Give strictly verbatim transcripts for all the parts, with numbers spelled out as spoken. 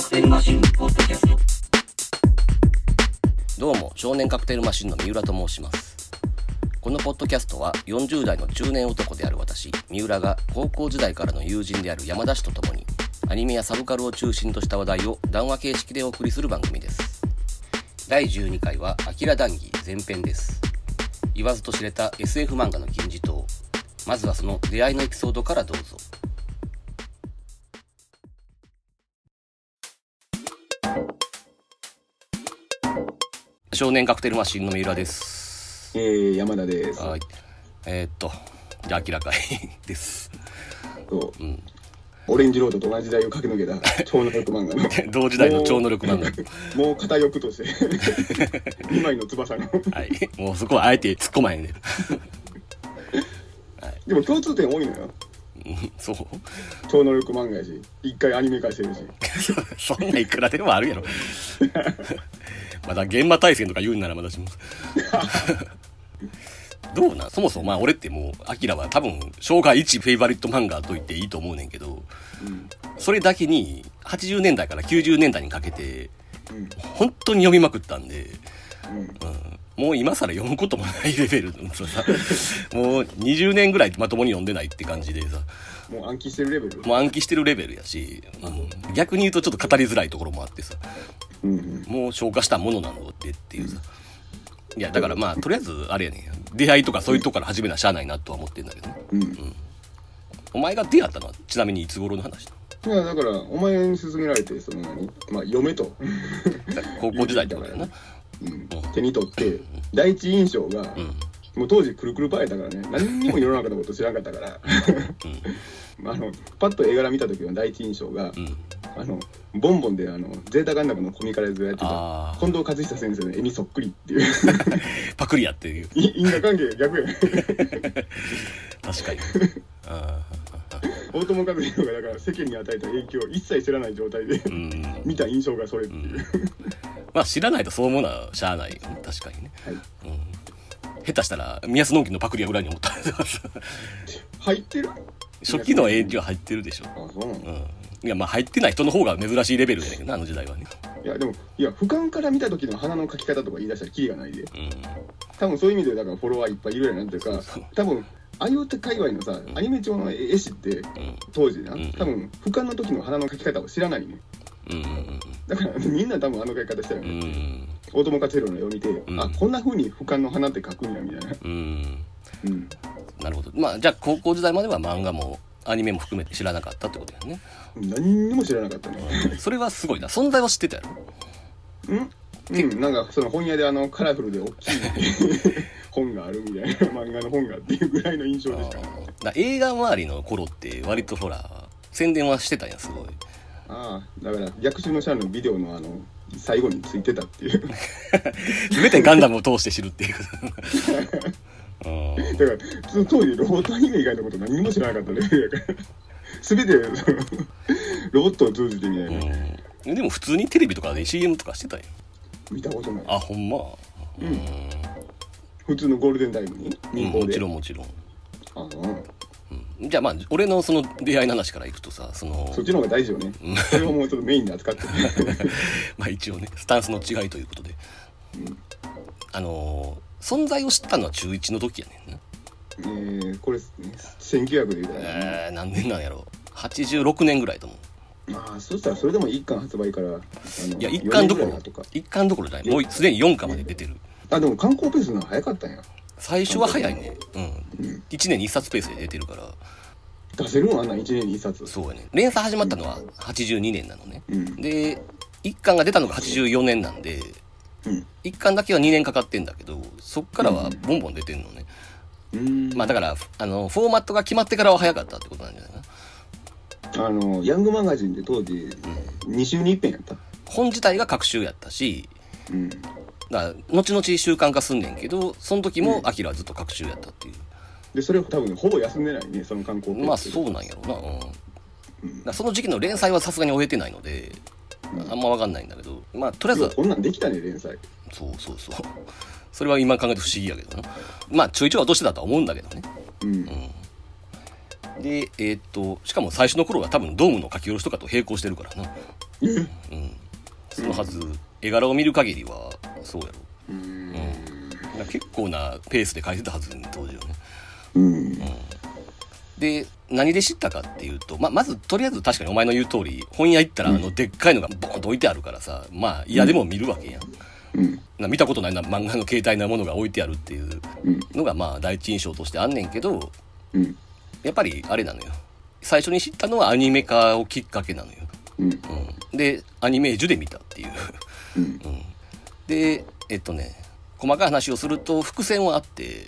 クテルマシンポッドキャスト。 どうも、少年カクテルマシンの三浦と申します。このポッドキャストはよんじゅう代の中年男である私三浦が高校時代からの友人である山田氏と共にアニメやサブカルを中心とした話題を談話形式でお送りする番組です。だいじゅうにかいはアキラ談義前編です。言わずと知れた エスエフ 漫画の金字塔。まずはその出会いのエピソードからどうぞ。少年カクテルマシンの三浦です。 えー、山田です。 はい。えー、っと、じゃあ明らかいです。 そう、 うん。 オレンジロードと同じ時代を駆け抜けた超能力漫画の同時代の超能力漫画もう、もう片翼としてにまいの翼のはい。もうそこはあえて突っ込まへんねはい、でも共通点多いのよ。 そう超能力漫画やし一回アニメ化してるしそんないくらでもあるやろまだ現場対戦とか言うんならまだしもどうなんそもそもまあ俺ってもうアキラは多分生涯一フェイバリット漫画と言っていいと思うねんけど、うん、それだけにはちじゅうねんだいからきゅうじゅうねんだいにかけて、うん、本当に読みまくったんで、うんうんもう今更読むこともないレベルのさもうにじゅうねんぐらいまともに読んでないって感じでさもう暗記してるレベルもう暗記してるレベルやし、うん、逆に言うとちょっと語りづらいところもあってさ、うんうん、もう消化したものなのでっていうさ、うん、いやだからまあとりあえずあれやね出会いとかそういうとこから始めなしゃあないなとは思ってんだけどね、うんうん、お前が出会ったのはちなみにいつ頃の話なの？いやだからお前に勧められてその何まあ嫁と高校時代ってことやなうん、手に取って第一印象が、うん、もう当時くるくるパーやったからね何にも世の中のこと知らなかったから、うん、あのパッと絵柄見た時の第一印象が、うん、あのボンボンであのゼータガンダムのコミカライズをやってた近藤和久先生の絵にそっくりっていうパクリやっていう因果関係逆や確かにあ大友和弘がだから世間に与えた影響を一切知らない状態で見た印象がそれっていう、うんまあ知らないとそう思うのはしゃあない確かにね、はいうん、下手したら宮須のんきのパクリやぐらいに思った入ってる初期の絵には入ってるでしょ。あそうなの、うん、いやまあ入ってない人の方が珍しいレベルだけどなあの時代はね。 いやでもいや俯瞰から見た時の花の描き方とか言い出したらキリがないで、うん、多分そういう意味でだからフォロワーいっぱいいるやなんていうか多分あいうて界隈のさ、うん、アニメ調の絵師って、うん、当時な、うん、多分俯瞰の時の花の描き方を知らないね、うんうんうん、だからみんな多分あの描き方したよね、うん、大友克洋の絵を見て、うん、あこんな風に俯瞰の花って描くんやみたいな、うんうん、なるほど。まあじゃあ高校時代までは漫画もアニメも含めて知らなかったってことやね。 何にも知らなかったねそれはすごいな。存在は知ってたやろ。んうん、なんかその本屋であのカラフルで大きい本があるみたいな漫画の本がっていうぐらいの印象でした。 だ映画周りの頃って割とほら宣伝はしてたんやすごい。 ああだから逆襲のシャアのビデオのあの最後についてたっていう全てガンダムを通して知るっていうだからその当時ロボットアニメ以外のこと何にも知らなかったレベルやから全てロボットを通じてみたいな、 うん、でも普通にテレビとかで シーエム とかしてたよ。 見たことない。 あほんまうん、うん、普通のゴールデンタイムに民放で、うん、 もちろんもちろんああうん、じゃあまあ俺のその出会いの話からいくとさそのそっちの方が大事よねそれをもうちょっとメインで扱ってまあ一応ねスタンスの違いということで、うん、あのー、存在を知ったのは中いちの時やねんな。 えー、これせんきゅうひゃくで言うたら、ね、 えー、何年なんやろはちじゅうろくねんぐらいと思う。 ああそしたらそれでもいっかん発売からあのいやいっかんどころいっかんどころじゃないもうすでによんかまで出てる。 あでも観光ペースの方が早かったんや。 最初は早いね、うんうん、いちねんにいっさつペースで出てるから出せるのあんないちねんにいっさつ。 そうやね。連載始まったのははちじゅうにねんなのね、うん、でいっかんが出たのがはちじゅうよねんなんで、うん、いっかんだけはにねんかかってんだけどそっからはボンボン出てんのね、うん、まあだからあのフォーマットが決まってからは早かったってことなんじゃないかな。 あのヤングマガジンで当時、うん、に週にいっぺんやった。 本自体が各週やったし、うん、だから後々習慣化すんねんけどその時もアキラはずっと各週やったっていう。 でそれ多分ほぼ休んでないねその観光。 まあそうなんやろな、うん、だその時期の連載はさすがに終えてないので、うん、あんま分かんないんだけどまあとりあえずはこんなんできたね連載。 そうそうそうそれは今考えて不思議やけどな。まあちょいちょい落としてたとは思うんだけどね、うんうんで、えー、っとしかも最初の頃は多分ドームの書き下ろしとかと並行してるからな。 えうんそのはず、絵柄を見る限りはそうやろ。 うーんうん結構なペースで描いてたはずね当時はね。 うんうんで何で知ったかっていうと、ままずとりあえず確かにお前の言う通り本屋行ったらあのでっかいのがボーンと置いてあるからさ、まあ嫌でも見るわけやん、 うんな見たことないな漫画の形態なものが置いてあるっていううんのがまあ第一印象としてあんねんけど、 うんやっぱりあれなのよ、最初に知ったのはアニメ化をきっかけなのよ、 うんうん、でアニメージュで見たっていう、 うんうん、でえっとね細かい話をすると伏線はあって、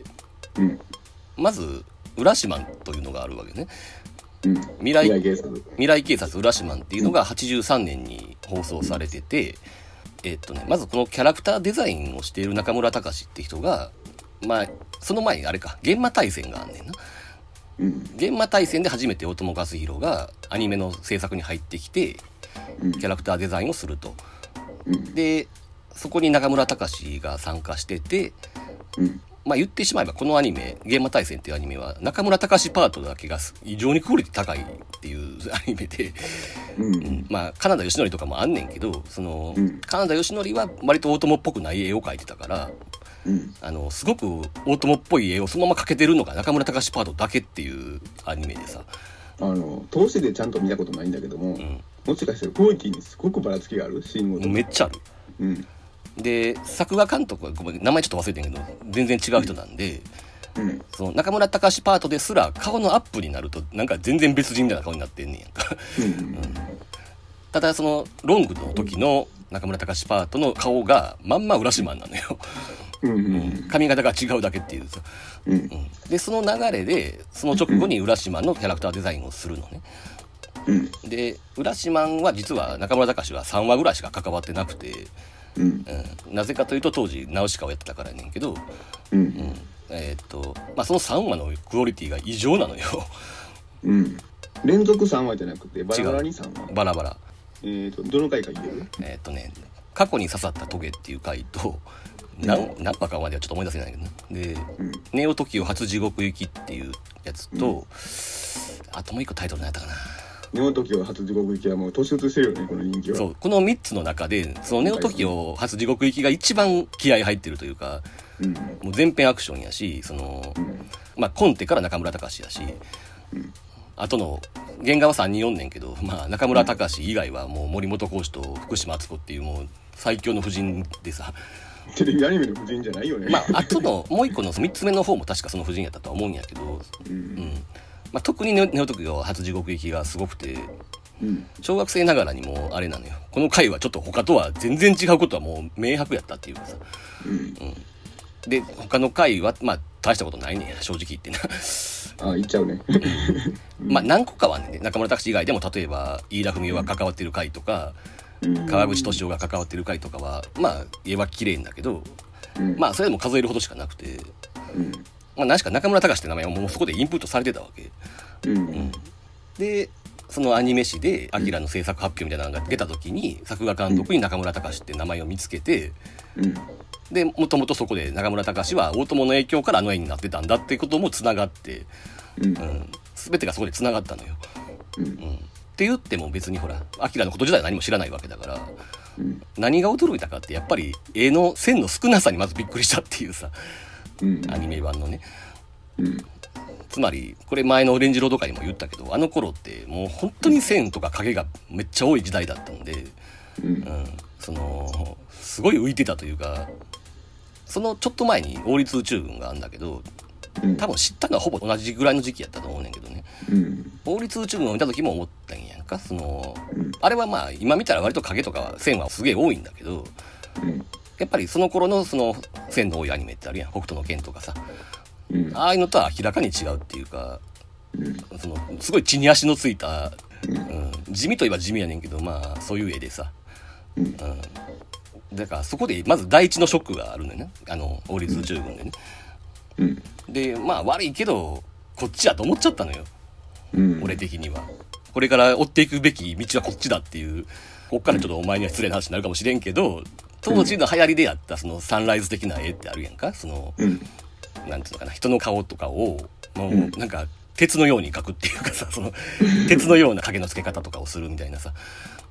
うんまず浦島というのがあるわけね。 うん未来未来警察未来警察浦島っていうのがはちじゅうさんねんに放送されてて、えっとねまずこのキャラクターデザインをしている中村隆って人が、まあその前にあれか幻魔大戦があんねんな。 うん幻魔大戦で初めて大友克洋がアニメの制作に入ってきてうんキャラクターデザインをすると。 うんでそこに中村隆が参加してて、 うんまあ言ってしまえばこのアニメ幻魔大戦っていうアニメは中村隆パートだけが異常にクオリティ高いっていうアニメで、 うんうんまあ金田義則とかもあんねんけど、その、 うん金田義則は割と大友っぽくない絵を描いてたから、 うんあのすごく大友っぽい絵をそのまま描けてるのが中村隆パートだけっていうアニメでさ、 あの通してでちゃんと見たことないんだけども、 うんもしかしたらクオリティにすごくばらつきがあるシーンごとにめっちゃある。 うんで作画監督はごめん名前ちょっと忘れてんけど全然違う人なんで、 うんその中村隆パートですら顔のアップになるとなんか全然別人みたいな顔になってんねんやんかうんただそのロングの時の中村隆パートの顔がまんま浦島なのようんうん髪型が違うだけっていうさ、 うんうん、でその流れでその直後に浦島のキャラクターデザインをするのね。 うんで浦島は実は中村隆はさんわぐらいしか関わってなくて、 うんうん、なぜかというと当時ナウシカをやってたからやねんけど、 うんうんえーっとまあ、そのさんわのクオリティが異常なのようん連続さんわじゃなくてバラバラにさんわバラバラ。 えーとどの回か言えるえーっとね過去に刺さったトゲっていう回と何何話かまではちょっと思い出せないけどね。でうんネオトキオ初地獄行きっていうやつと、あともう一個タイトル何やったかな。 ネオトキオ初地獄行きはもう突出してるよねこの人気は。 そうこのみっつの中でそのネオトキオ初地獄行きが一番気合入ってるというか、 うんもう全編アクションやし、その、 うんまあコンテから中村隆やし、 うんあとの原画はさんにんおんねんけど、まあ中村隆以外はもう森本浩二と福島敦子っていうもう最強の夫人でさ、 テレビアニメの夫人じゃないよね。 まああとのもう一個のみっつめの方も確かその夫人やったとは思うんやけど、 ううんんまあ、特にネオネオトキオ初地獄行きがすごくて、 うん小学生ながらにもあれなのよ、この回はちょっと他とは全然違うことはもう明白やったっていうかさ、 うんで他の回はまあ大したことないね正直言ってなあ言っちゃうね。 まあ何個かはね中村隆以外でも例えば飯田文雄が関わってる回とか、 うん川口俊夫が関わってる回とかはまあ絵は綺麗んだけど、 うんまあそれでも数えるほどしかなくて、 うんまあ何しか中村隆って名前はもうそこでインプットされてたわけうんで、そのアニメ誌でアキラの制作発表みたいなのが出た時に作画監督に中村隆って名前を見つけて、 うんでもともとそこで中村隆は大友の影響からあの絵になってたんだっていうこともつながって、 うんうん、全てがそこでつながったのよ、 うんうん、って言っても別にほらアキラのこと自体は何も知らないわけだから、 うん何が驚いたかってやっぱり絵の線の少なさにまずびっくりしたっていうさ、 うんアニメ版のね。 うんつまりこれ前のオレンジロード会にも言ったけど、あの頃ってもう本当に線とか影がめっちゃ多い時代だったんで、 うんうん、そのすごい浮いてたというか、そのちょっと前に王立宇宙軍があるんだけど、 うん多分知ったのはほぼ同じぐらいの時期やったと思うねんけどね。 うん王立宇宙軍を見た時も思ったんやんか、そのうんあれはまあ今見たら割と影とか線はすげえ多いんだけど、 うんやっぱりその頃のその線の多いアニメってあるやん、北斗の拳とかさ、 うんああいうのとは明らかに違うっていうか、 うんそのすごい地に足のついた、 うんうん、地味といえば地味やねんけど、まあそういう絵でさ、 うんうん、だからそこでまず第一のショックがあるのよね、あの王立宇宙軍でね。 うんでまあ悪いけどこっちやと思っちゃったのよ、 うん俺的には。これから追っていくべき道はこっちだっていう、こっからちょっとお前には失礼な話になるかもしれんけど、当時の流行りでやったそのサンライズ的な絵ってあるやんか、そのうんなんていうのかな、人の顔とかをもううんなんか鉄のように描くっていうかさ、その鉄のような影の付け方とかをするみたいなさ、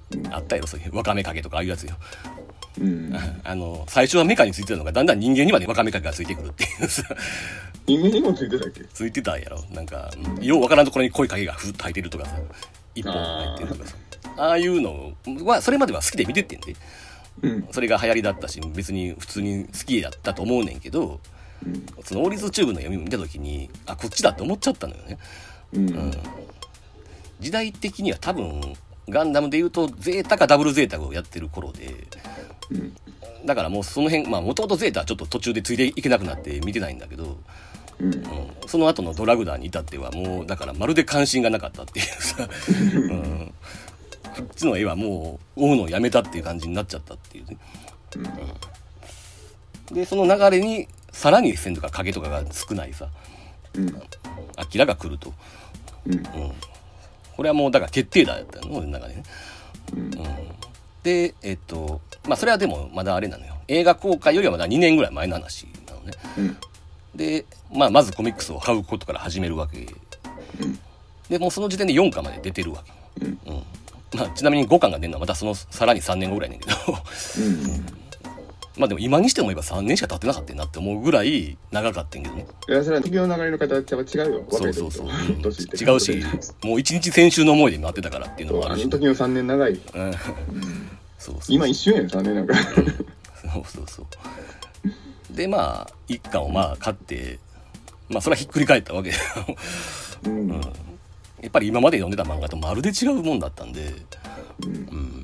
あったよ、そういうワカメ影とかああいうやつよ。 うん、 あの最初はメカについてたのがだんだん人間にまでワカメ影がついてくるっていうさ人間にもついてたっけ？ ついてたんやろ。なんか、うん、ようわからんところに濃い影がふっと入ってるとかさ、一本入ってるとかさ、あ, ああいうのはそれまでは好きで見てってんで、うん、それが流行りだったし別に普通に好きだったと思うねんけど、うん、そのオーリズチューブの読み見た時にあこっちだって思っちゃったのよね、うんうん、時代的には多分ガンダムでいうとゼータかダブルゼータをやってる頃で、うん、だからもうその辺まあもともとゼータはちょっと途中でついていけなくなって見てないんだけど、うんうん、その後のドラグダーに至ってはもうだからまるで関心がなかったっていうさ、うん、こっちの絵はもう追うのをやめたっていう感じになっちゃったっていうね、うんうん、でその流れにさらに線とか影とかが少ないさ、うん、アキラが来ると、うんうん、これはもうだから決定打やったの俺の中でね、うんうん、でえっとまあそれはでもまだあれなのよ、映画公開よりはまだにねんぐらい前の話なのね、うん、で、まあ、まずコミックスを買うことから始めるわけ、うん、でもうその時点でよんかまで出てるわけ、うんうんまあ、ちなみにごかんが出るのはまたそのさらにさんねんごぐらいねんけど、うんうん、まあでも今にして思えばさんねんしか経ってなかったなって思うぐらい長かったんけどね。いやそれは時の流れの形は違うよ。 そうそうそう、うん、違うしもう一日先週の思いで待ってたからっていうのもあるし、 あの時のさんねん長い、うん、そうそうそう今一瞬やんさんねんなんか、うん、そうそうそうでまあ一巻をまあ買ってまあそれはひっくり返ったわけだよ、うんうん、やっぱり今まで読んでた漫画とまるで違うもんだったんで、うんうん、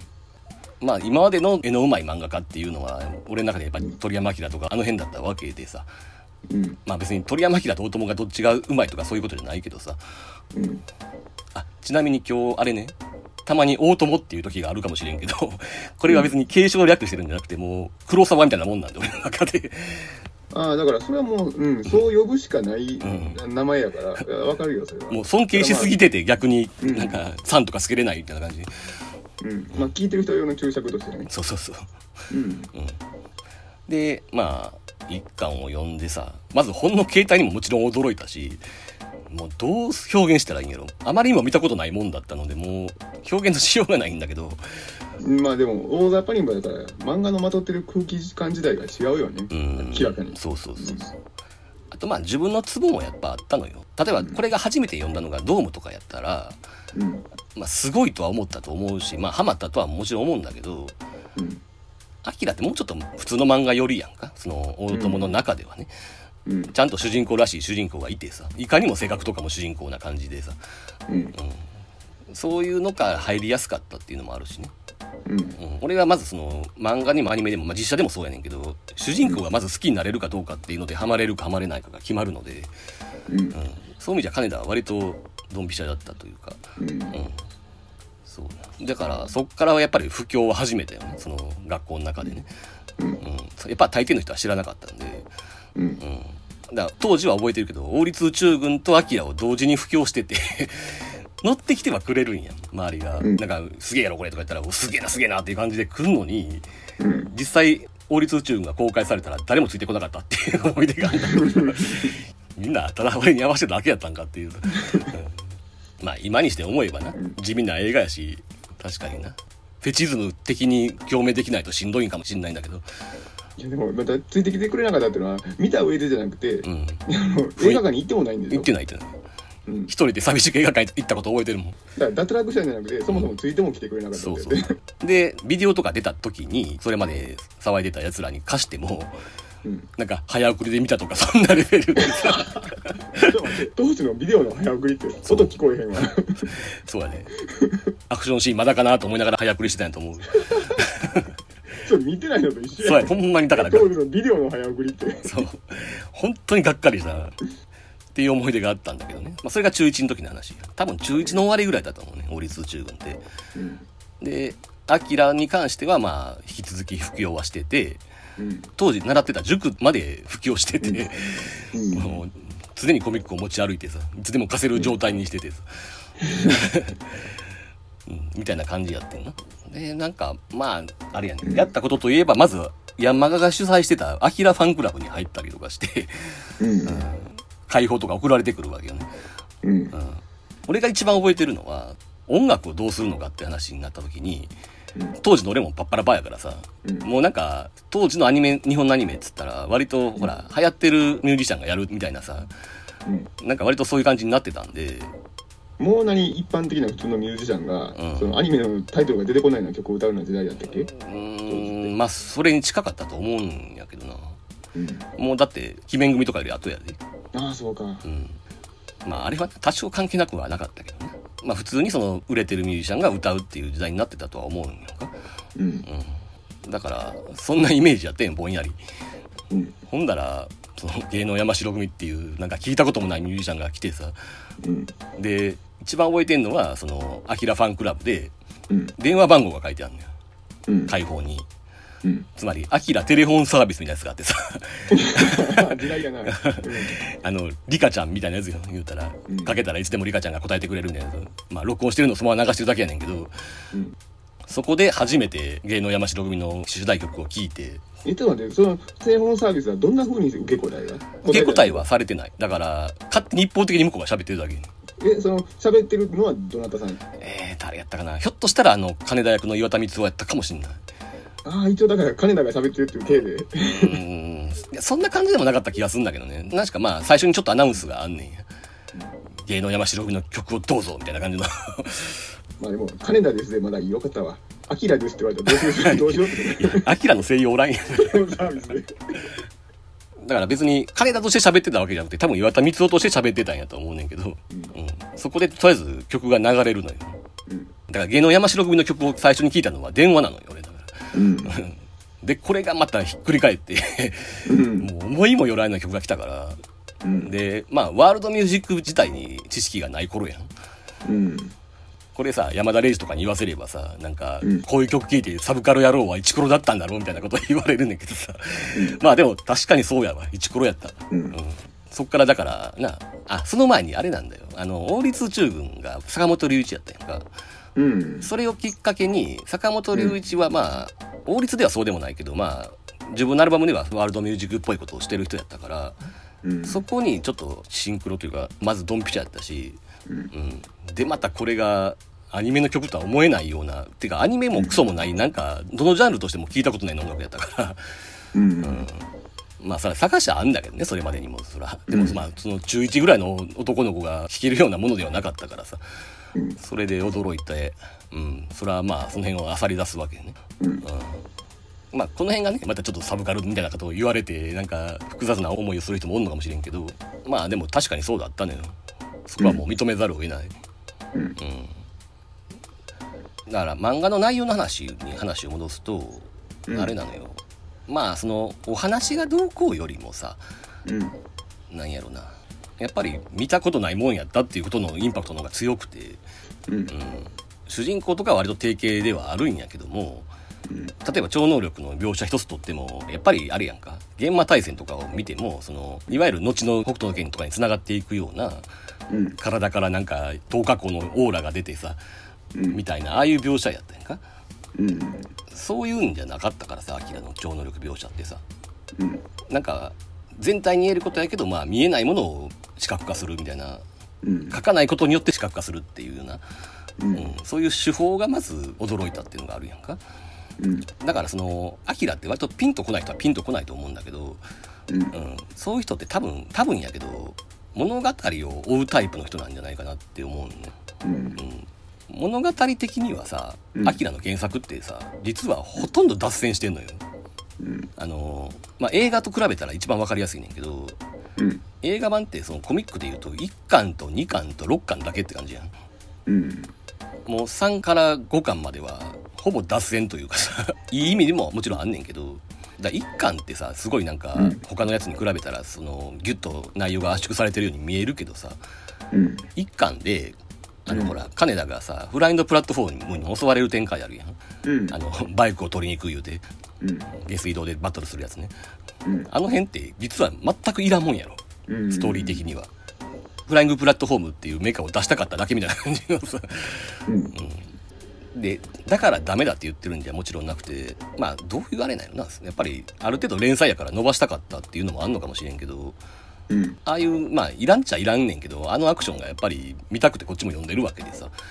まあ今までの絵のうまい漫画家っていうのは俺の中でやっぱり鳥山明とかあの辺だったわけでさ、うん、まあ別に鳥山明と大友がどっちがうまいとかそういうことじゃないけどさ、うん、あちなみに今日あれねたまに大友っていう時があるかもしれんけどこれは別に継承略してるんじゃなくてもう黒沢みたいなもんなんで俺の中でああだからそれはもう、うん、そう呼ぶしかない名前やから、うん、分かるよそれは。 もう尊敬しすぎてて逆になんかさんとかつけれないみたいな感じ、 うん、まあ聞いてる人用の注釈としてね。 そうそうそう、うんうん、でまあ一巻を読んでさまず本の形態にももちろん驚いたしもうどう表現したらいいんやろ、あまりにも見たことないもんだったのでもう表現のしようがないんだけど、 まあでも大雑把にもだから漫画のまとってる空気感自体が違うよね、うん、明らかに。 そうそうそうそう、うん、あとまあ自分のツボもやっぱあったのよ。例えばこれが初めて読んだのがドームとかやったら、うんまあ、すごいとは思ったと思うしまあハマったとはもちろん思うんだけど、うんアキラってもうちょっと普通の漫画よりやんか、その大友の中ではね、うん、ちゃんと主人公らしい主人公がいてさいかにも性格とかも主人公な感じでさ、うんうん、そういうのから入りやすかったっていうのもあるしね、うんうん、俺はまずその漫画にもアニメでも、まあ、実写でもそうやねんけど主人公がまず好きになれるかどうかっていうのでハマれるかハマれないかが決まるので、うんうん、そういう意味じゃ金田は割とドンピシャだったというか、うんうんそうだからそっからはやっぱり布教を始めたよねその学校の中でね、うんうん、やっぱ大抵の人は知らなかったんで、うんうん、だから当時は覚えてるけど王立宇宙軍とアキラを同時に布教してて乗ってきてはくれるんや周りが、うん、なんかすげえやろこれとか言ったらすげえなすげえなっていう感じで来るのに、うん、実際王立宇宙軍が公開されたら誰もついてこなかったっていう思い出があるんだけどみんなただ俺に合わせてただけやったんかっていう、うんまあ今にして思えばな地味な映画やし確かになフェチズム的に共鳴できないとしんどいんかもしれないんだけどいやでもまたついてきてくれなかったっていうのは見た上でじゃなくて、うん、映画館に行ってもないんですよ。 行ってない行ってない、うん、一人で寂しく映画館行ったこと覚えてるもん。だから脱落したんじゃなくてそもそもついても来てくれなかったんで、うん、そうそうでビデオとか出た時にそれまで騒いでたやつらに貸してもうん、なんか早送りで見たとかそんなレベルでさ当時のビデオの早送りって音聞こえへんわそうやねアクションシーンまだかなと思いながら早送りしてたんやと思うそれ見てないのと一緒や。 そうやほんまにだから当時のビデオの早送りってそう本当にがっかりしたっていう思い出があったんだけどね、まあ、それが中いちの時の話多分中いちの終わりぐらいだったと思うね王立宇宙軍って、うん、でアキラに関してはまあ引き続き布教はしててうん、当時習ってた塾まで布教してて、うん、もう常にコミックを持ち歩いてさいつでも貸せる状態にしててさ、うん、みたいな感じやってんな。でなんかまああれやね、うん、やったことといえばまずヤンマガが主催してたアキラファンクラブに入ったりとかして、うんうん、解放とか送られてくるわけよね、うんうん、俺が一番覚えてるのは音楽をどうするのかって話になった時に、うん、当時の俺もパッパラパーやからさ、うん、もうなんか当時のアニメ、日本のアニメっつったら割と、うん、ほら流行ってるミュージシャンがやるみたいなさ、うん、なんか割とそういう感じになってたんで、 もう何一般的な普通のミュージシャンが、うん、そのアニメのタイトルが出てこないような曲を歌うような時代だったっけ？うーん、まあそれに近かったと思うんやけどな、うん、もうだって鬼面組とかより後やで。 ああそうか、うん、 まああれは多少関係なくはなかったけどね。まあ普通にその売れてるミュージシャンが歌うっていう時代になってたとは思うんやんか、うんうん、だからそんなイメージやってんぼんやり、うん、ほんだらその芸能山城組っていうなんか聞いたこともないミュージシャンが来てさ、うん、で一番覚えてんのはそのアキラファンクラブで、うん、電話番号が書いてあるのよ、うん、開放に、うん、つまりアキラテレフォンサービスみたいなやつがあってさ時代やな、うん、 あのリカちゃんみたいなやつ言うたら、うん、かけたらいつでもリカちゃんが答えてくれるんだけど、まあ録音してるのをそのまま流してるだけやねんけど、うん、そこで初めて芸能山城組の主題曲を聴いて。 えっと待って、そのテレフォンサービスはどんな風に受け答えが受け答えはされてない。だから勝手に一方的に向こうが喋ってるだけ。 え、その喋ってるのはどなたさん？ えー、誰やったかな。ひょっとしたらあの金田役の岩田光雄やったかもしれない。 ああ、一応だから金田が喋ってるっていう体で。うーん、そんな感じでもなかった気がするんだけどね。確かまあ最初にちょっとアナウンスがあんねんや。芸能山城組の曲をどうぞみたいな感じの。 まあでも金田ですでまだよかったわ。アキラですって言われたらどうしようどうしようって。 アキラの声優おらんやん。だから別に金田として喋ってたわけじゃなくて、多分岩田光雄として喋ってたんやと思うねんけど、うんうん、そこでとりあえず曲が流れるのよ。うん、だから芸能山城組の曲を最初に聞いたのは電話なのよ俺だから。うん、でこれがまたひっくり返ってもう思いもよらない曲が来たから、うん、でまあワールドミュージック自体に知識がない頃やん。うん、これさ山田礼二とかに言わせればさなんか、うん、こういう曲聴いてサブカル野郎はイチコロだったんだろうみたいなこと言われるんだけどさ、うん、まあでも確かにそうやわイチコロやった、うんうん、そっからだからなあその前にあれなんだよあの王立宇宙軍が坂本龍一やったやんか、うん、それをきっかけに坂本龍一はまあ、うん、王立ではそうでもないけどまあ自分のアルバムではワールドミュージックっぽいことをしてる人やったから、うん、そこにちょっとシンクロというかまずドンピシャやったし、うんうん、でまたこれがアニメの曲とは思えないようなてかアニメもクソもない、うん、なんかどのジャンルとしても聞いたことない音楽やったから、うんうん、まあそれ探しはあんだけどねそれまでにもそらでもまあその中いちぐらいの男の子が弾けるようなものではなかったからさ、うん、それで驚いて、うん、それはまあその辺を漁り出すわけね、うんうんまあこの辺がねまたちょっとサブカルみたいなことを言われてなんか複雑な思いをする人もおるのかもしれんけどまあでも確かにそうだったのよそこはもう認めざるを得ない、うんうん、だから漫画の内容の話に話を戻すと、うん、あれなのよまあそのお話がどうこうよりもさ、うん、なんやろなやっぱり見たことないもんやったっていうことのインパクトの方が強くて、うんうん、主人公とかは割と定型ではあるんやけども例えば超能力の描写一つとってもやっぱりあれやんか幻魔大戦とかを見てもそのいわゆる後の北斗の拳とかに繋がっていくような、うん、体からなんか等価光のオーラが出てさ、うん、みたいなああいう描写やったやんか、うん、そういうんじゃなかったからさアキラの超能力描写ってさ、うん、なんか全体に言えることやけどまあ見えないものを視覚化するみたいな、うん、書かないことによって視覚化するっていうような、うんうん、そういう手法がまず驚いたっていうのがあるやんかうん、だからそのアキラって割とピンとこない人はピンとこないと思うんだけど、うんうん、そういう人って多分多分やけど物語を追うタイプの人なんじゃないかなって思うね、うんうん、物語的にはさ、うん、アキラの原作ってさ実はほとんど脱線してんのよ、うん、あのまあ映画と比べたら一番わかりやすいねんけど、うん、映画版ってそのコミックでいうといっかんとにかんとろっかんだけって感じやん、うん、もうさんからごかんまではほぼ脱線というかさいい意味でももちろんあんねんけどだいっかんってさすごいなんか、うん、他のやつに比べたらそのギュッと内容が圧縮されてるように見えるけどさ、うん、いっかんであの、うん、ほら金田がさフラインドプラットフォームに襲われる展開あるやん、うん、あのバイクを取りに行く言うて、うん、下水道でバトルするやつね、うん、あの辺って実は全くいらんもんやろ、うん、ストーリー的にはフライングプラットフォームっていうメカを出したかっただけみたいな感じのさ、うんうんでだからダメだって言ってるんじゃもちろんなくてまあどう言われないのなやっぱりある程度連載やから伸ばしたかったっていうのもあんのかもしれんけど、うん、ああいうまあいらんちゃいらんねんけどあのアクションがやっぱり見たくてこっちも読んでるわけでさ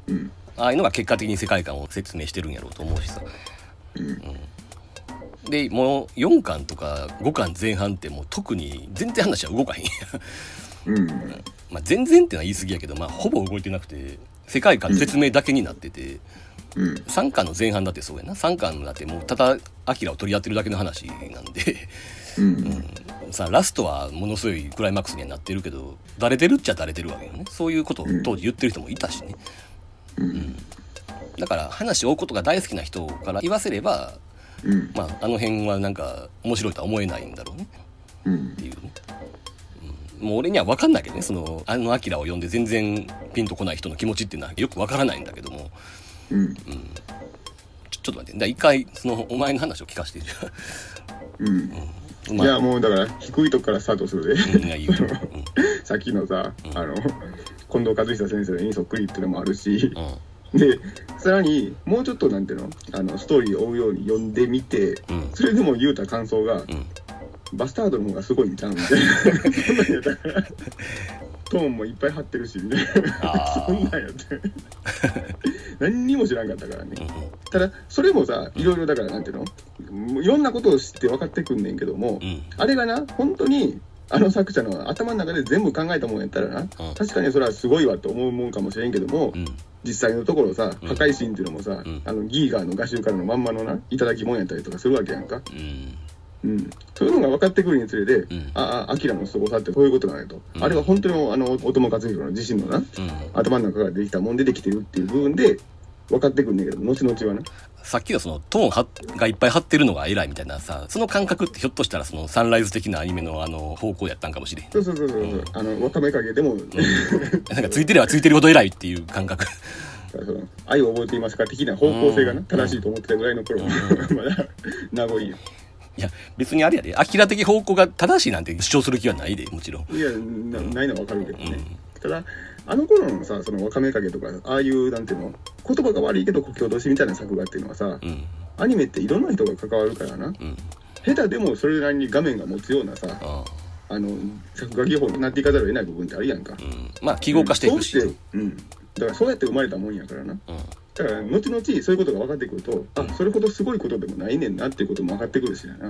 うん、 ああいうのが結果的に世界観を説明してるんやろうと思うしさ、 うんうん、 でもうよんかんとかごかんぜん半ってもう特に全然話は動かへんうん、 まあ全然ってのは言い過ぎやけど、まあ、ほぼ動いてなくて世界観の説明だけになってて、うん、さんかんの前半だってそうやな、さんかんだってもうただアキラを取り合ってるだけの話なんで、うんうん、さラストはものすごいクライマックスにはなってるけどだれてるっちゃだれてるわけよね。そういうことを当時言ってる人もいたしね、うんうん、だから話を追うことが大好きな人から言わせれば、うん、まああの辺はなんか面白いとは思えないんだろうね、うん、っていうね、うん、もう俺には分かんないけどね、そのあのアキラを呼んで全然ピンとこない人の気持ちっていうのはよく分からないんだけども、うんうん、ちょ、ちょっと待って、だ一回そのお前の話を聞かせてじゃあ、うんうん、まあ、いやもうだから低いとこからスタートするで、うん、いやいいよ、うん、さっきのさ、うん、あの近藤和久先生の絵にそっくりっていうのもあるし、うん、でさらにもうちょっとなんていうの、あのストーリーを追うように読んでみて、うん、それでも言うた感想が、うん、バスタードの方がすごいんちゃうんみたいなそんなんやったからトーンもいっぱい張ってるしみたいなそんなんやって何にも知らんかったからね、うん、ただそれもさいろいろだからなんていうの、いろんなことを知って分かってくんねんけども、うん、あれがな本当にあの作者の頭の中で全部考えたもんやったらな、うん、確かにそれはすごいわと思うもんかもしれんけども、うん、実際のところさ破壊神っていうのもさ、うん、あのギーガーの画集からのまんまのないただきもんやったりとかするわけやんか、うんうん、そういうのが分かってくるにつれて、うん、ああアキラの凄さってこういうことなんやと、うん、あれは本当にあの大友克洋の自身のな、うん、頭の中からできたもんでできてるっていう部分で分かってくるんだけど、後々はなさっきのそのトーンがいっぱい張ってるのが偉いみたいなさ、その感覚ってひょっとしたらそのサンライズ的なアニメのあの方向やったんかもしれへん。 そうそうそうそう、うん、あのわかめ影でも、うん、 なんかついてればついてるほど偉いっていう感覚その愛を覚えていますか的な方向性がな、うん、正しいと思ってたぐらいの頃、うん、まだ名残や。 いや別にあれやで、アキラ的方向が正しいなんて主張する気はないで、もちろん。 いや な, ないのは分かるけどね、うん、ただあの頃のさ、そのわかめ影とかああいうなんていうの、言葉が悪いけど故郷都市みたいな作画っていうのはさ、うん、アニメっていろんな人が関わるからな、うん、下手でもそれなりに画面が持つようなさ、ああの作画技法になっていかざるを得ない部分ってあるやんか、うん、 まあ記号化していくし、うん、そうして、 うん、だからそうやって生まれたもんやからな、うん、だから後々そういうことが分かってくると、あそれほどすごいことでもないねんなっていうことも分かってくるしな、うんうん、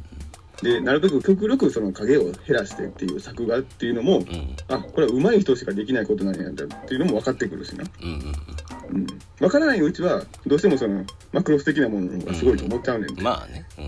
でなるべく極力その影を減らしてっていう作画っていうのも、うん、あこれは上手い人しかできないことなんやんだっていうのも分かってくるしな、うんうんうん、分からないうちはどうしてもそのマクロス的なものがすごいと思っちゃうねん、 うん、まあね、うん、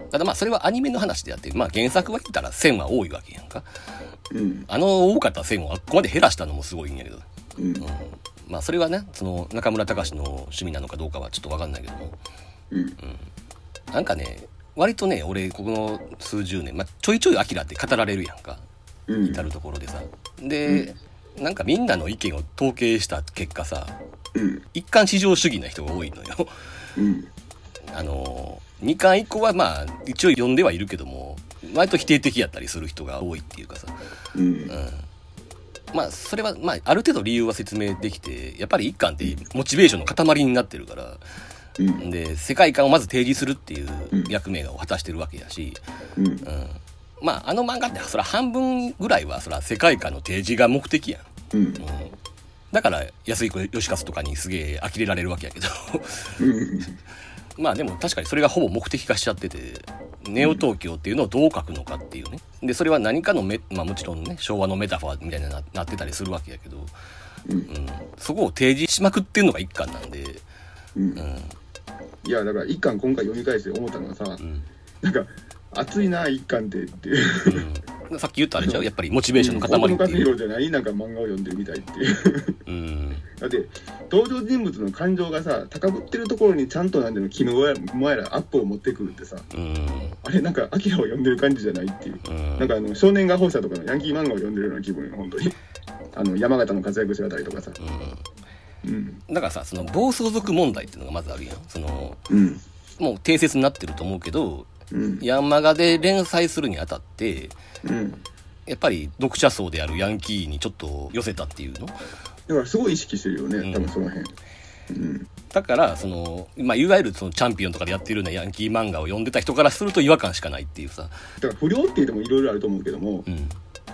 ただまあそれはアニメの話であって、まあ、原作は言ったら線は多いわけやんか、うん、あの多かった線をあっこまで減らしたのもすごいんやけど、うんうん、まあそれはねその中村隆の趣味なのかどうかはちょっと分かんないけども、うんうん、なんかね割とね俺この数十年、まあ、ちょいちょいアキラって語られるやんか、うん、至るところでさで、うん、なんかみんなの意見を統計した結果さ、うん、一貫至上主義な人が多いのよ、うん、あのにかん以降はまあ一応読んではいるけども割と否定的やったりする人が多いっていうかさ、うんうん、まあそれはまあある程度理由は説明できて、やっぱり一巻ってモチベーションの塊になってるからうん、で世界観をまず提示するっていう役目を果たしてるわけやし、うんうん、まああの漫画ってそら半分ぐらいはそら世界観の提示が目的やん、うんうん、だから安井義和とかにすげえ呆れられるわけやけどまあでも確かにそれがほぼ目的化しちゃってて、ネオ東京っていうのをどう書くのかっていうね、でそれは何かのメ、まあ、もちろんね昭和のメタファーみたいに な, なってたりするわけやけど、うんうん、そこを提示しまくってるのが一巻なんで、うんうんいやだから一巻今回読み返して思ったのはさ、うん、なんか熱いな一巻ってっていう、 うん、さっき言ったあれじゃんやっぱりモチベーションの塊っていう、うん、大友克洋じゃないなんか漫画を読んでるみたいっていううん、だって登場人物の感情がさ高ぶってるところにちゃんとなんていうの気の前らアップを持ってくるってさ、うん、あれなんかアキラを読んでる感じじゃないっていう、うん、なんかあの少年画報社とかのヤンキー漫画を読んでるような気分よ本当にあの山形の活躍姿とかさ、うんうん、だからさその暴走族問題っていうのがまずあるやん。その、うん、もう定説になってると思うけど、うん、ヤンマガで連載するにあたって、うん、やっぱり読者層であるヤンキーにちょっと寄せたっていうのだからすごい意識してるよね、うん、多分その辺、うん、 だからその、まあ、いわゆるそのチャンピオンとかでやってるようなヤンキー漫画を読んでた人からすると違和感しかないっていうさ。 だから不良って言ってもいろいろあると思うけども、うん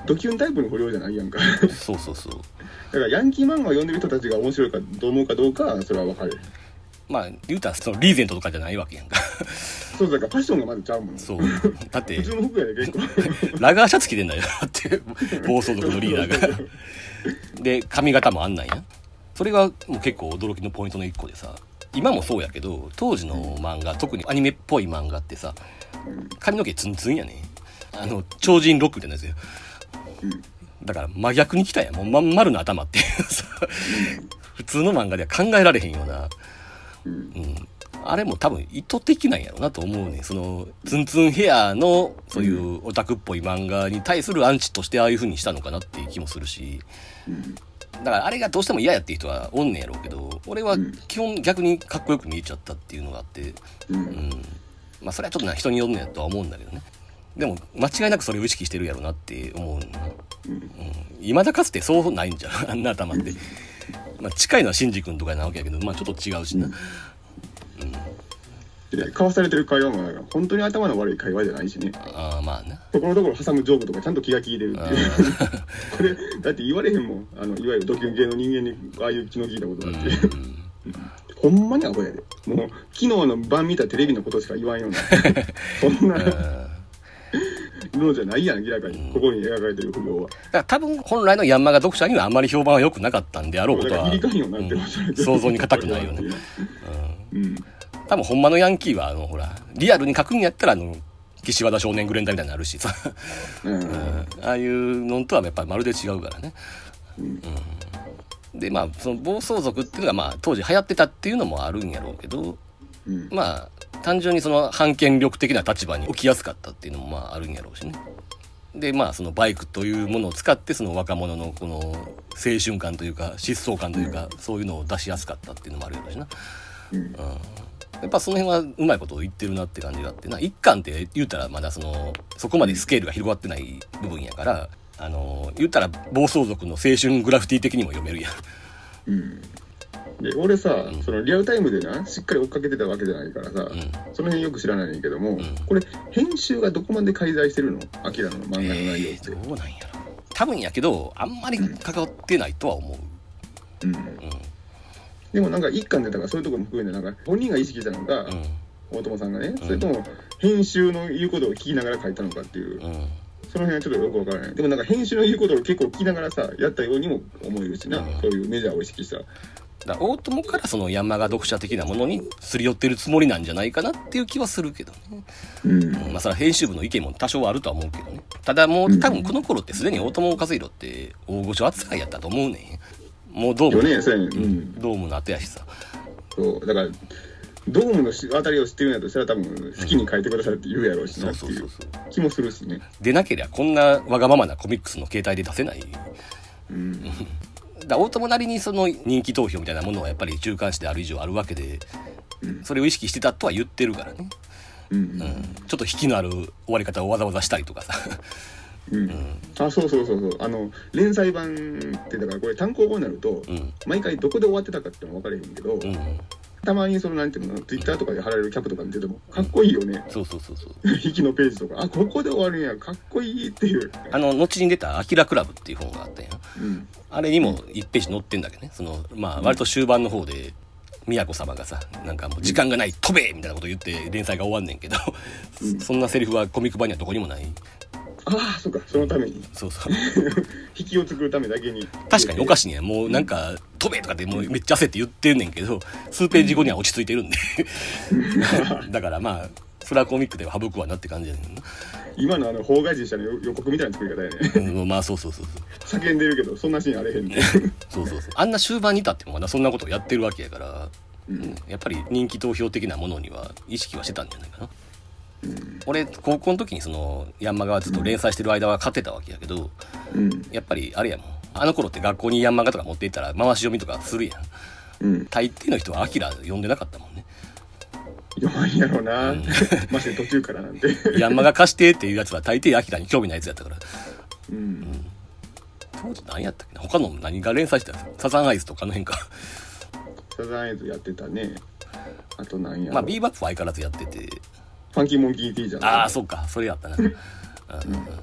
ドキュンタイプの不良じゃないやんかそうそうそう。 だからヤンキー漫画を読んでる人たちが面白いかと思うかどうかはそれは分かる。 まあ言うたらそのリーゼントとかじゃないわけやんかそうだからファッションがまずちゃうもん。 そうだって普通の服やで結構ラガーシャツ着てんだよだって暴走族のリーダーがで髪型もあんなんや。それがもう結構驚きのポイントの一個でさ、今もそうやけど当時の漫画、特にアニメっぽい漫画ってさ、髪の毛ツンツンやね。あの超人ロックみたいなやつよ、うん、だから真逆に来たやん。もうまん丸の頭って普通の漫画では考えられへんような、うんうん、あれも多分意図的なんやろうなと思うね。そのツンツンヘアのそういうオタクっぽい漫画に対するアンチとしてああいう風にしたのかなっていう気もするし、だからあれがどうしても嫌やっていう人はおんねやろうけど、俺は基本逆にかっこよく見えちゃったっていうのがあって、うんうん、まあそれはちょっとな人によるんやとは思うんだけどね。でも間違いなくそれを意識してるやろうなって思う、うんうん、今だかつてそうないんじゃんあんな頭って、まあ、近いのはシンジ君とかなわけやけど、まあちょっと違うしな、うんうん、交わされてる会話もなんか本当に頭の悪い会話じゃないしね。 ああまあな、 ところどころ挟むジョークとかちゃんと気が利いてるっていうこれだって言われへんもん、あのいわゆるドキュン系の人間にああいう気の利いたことだって、うん、ほんまにアホやで。もう昨日の晩見たテレビのことしか言わんようなそんなのじゃないやん明らかに、ここに描かれてる不良は。だから多分本来のヤンマガ読者にはあんまり評判は良くなかったんであろうことは、 だからいりかんようになってます、 うん、想像に難くないよね、うん、多分ほんまのヤンキーはあのほらリアルに書くんやったらあの岸和田少年グレンダーみたいになるしさ、うんうん、ああいうのとはやっぱりまるで違うからね、うんうん、でまあその暴走族っていうのがまあ当時流行ってたっていうのもあるんやろうけど、うん、まあ単純にその反権力的な立場に置きやすかったっていうのもまああるんやろうしね。でまあそのバイクというものを使ってその若者のこの青春感というか疾走感というか、そういうのを出しやすかったっていうのもあるやろうしな、うんうん、やっぱその辺はうまいことを言ってるなって感じがあってな。一巻って言うたらまだそのそこまでスケールが広がってない部分やから、あの言ったら暴走族の青春グラフィティ的にも読めるやん、うんで俺さ、うん、そのリアルタイムでなしっかり追っかけてたわけじゃないからさ、うん、その辺よく知らないんだけども、うん、これ編集がどこまで介在してるの？アキラの漫画の内容って、えー、どうなんやろ。多分やけどあんまり関わってないとは思う、うんうん、 でもなんか一巻でだからそういうところも含めてなんか本人が意識したのか、うん、大友さんがね、うん、それとも編集の言うことを聞きながら書いたのかっていう、うん、その辺はちょっとよくわからない。でもなんか編集の言うことを結構聞きながらさやったようにも思えるしな、うん、そういうメジャーを意識しただ大友からそのヤンマガ読者的なものにすり寄ってるつもりなんじゃないかなっていう気はするけどね、うんうん、まあそれは編集部の意見も多少はあるとは思うけどね。ただもう多分この頃ってすでに大友和弘って大御所扱いやったと思うね。もうドーム、ねそうやねうん、ドームの後やしさ。 そうだからドームのあたりを知ってるんやとしたら多分好きに書いてくださいって言うやろうしなっていう気もするしね。 でなければこんなわがままなコミックスの形態で出せない、うんだ大友なりにその人気投票みたいなものはやっぱり中間誌である以上あるわけで、うん、それを意識してたとは言ってるからね、うんうんうん、ちょっと引きのある終わり方をわざわざしたりとかさ、 うんうん、あそうそうそうそうあの連載版ってだからこれ単行本になると、うん、毎回どこで終わってたかっても分からへんけど、うんたまにそのなんていうのツイッターとかで貼られるキャプとか見ててもかっこいいよね、 うん、そうそうそうそう引きのページとかあここで終わるんやかっこいいっていうあの後に出たアキラクラブっていう本があったやん、うん、あれにもいちページ載ってんだけどね。そのまあ割と終盤の方で宮子様がさなんかもう時間がない、うん、飛べみたいなこと言って連載が終わんねんけど、うん、そんなセリフはコミック版にはどこにもない。 ああそうかそのためにそうそう引きを作るためだけに確かにおかしいね。もうなんか飛べとかってもうめっちゃ焦って言ってんねんけど数ページ後には落ち着いてるんでだからまあそれはコミックでは省くわなって感じやねんな。 今のあの法外人者の予告みたいな作り方やね、 うん、まあそうそうそうそう叫んでるけどそんなシーンあれへんねそうそうそうあんな終盤に至ってもまだそんなことをやってるわけやから、うん、やっぱり人気投票的なものには意識はしてたんじゃないかな。うん、俺高校の時にそのヤンマガはずっと連載してる間は買ってたわけやけど、うん、やっぱりあれやもんあの頃って学校にヤンマガとか持っていったら回し読みとかするやん、うん、大抵の人はアキラ読んでなかったもんね。 読まんやろうな、うん、まして途中からなんてヤンマガ貸してっていうやつは大抵アキラに興味ないやつやったから、うんうん、当時何やったっけな他の何が連載してたサザンアイズとかの辺かサザンアイズやってたね。あと何やろまあビーバップは相変わらずやっててファンキーモンキー T じゃん。 ああそうかそれやったな、うんうん、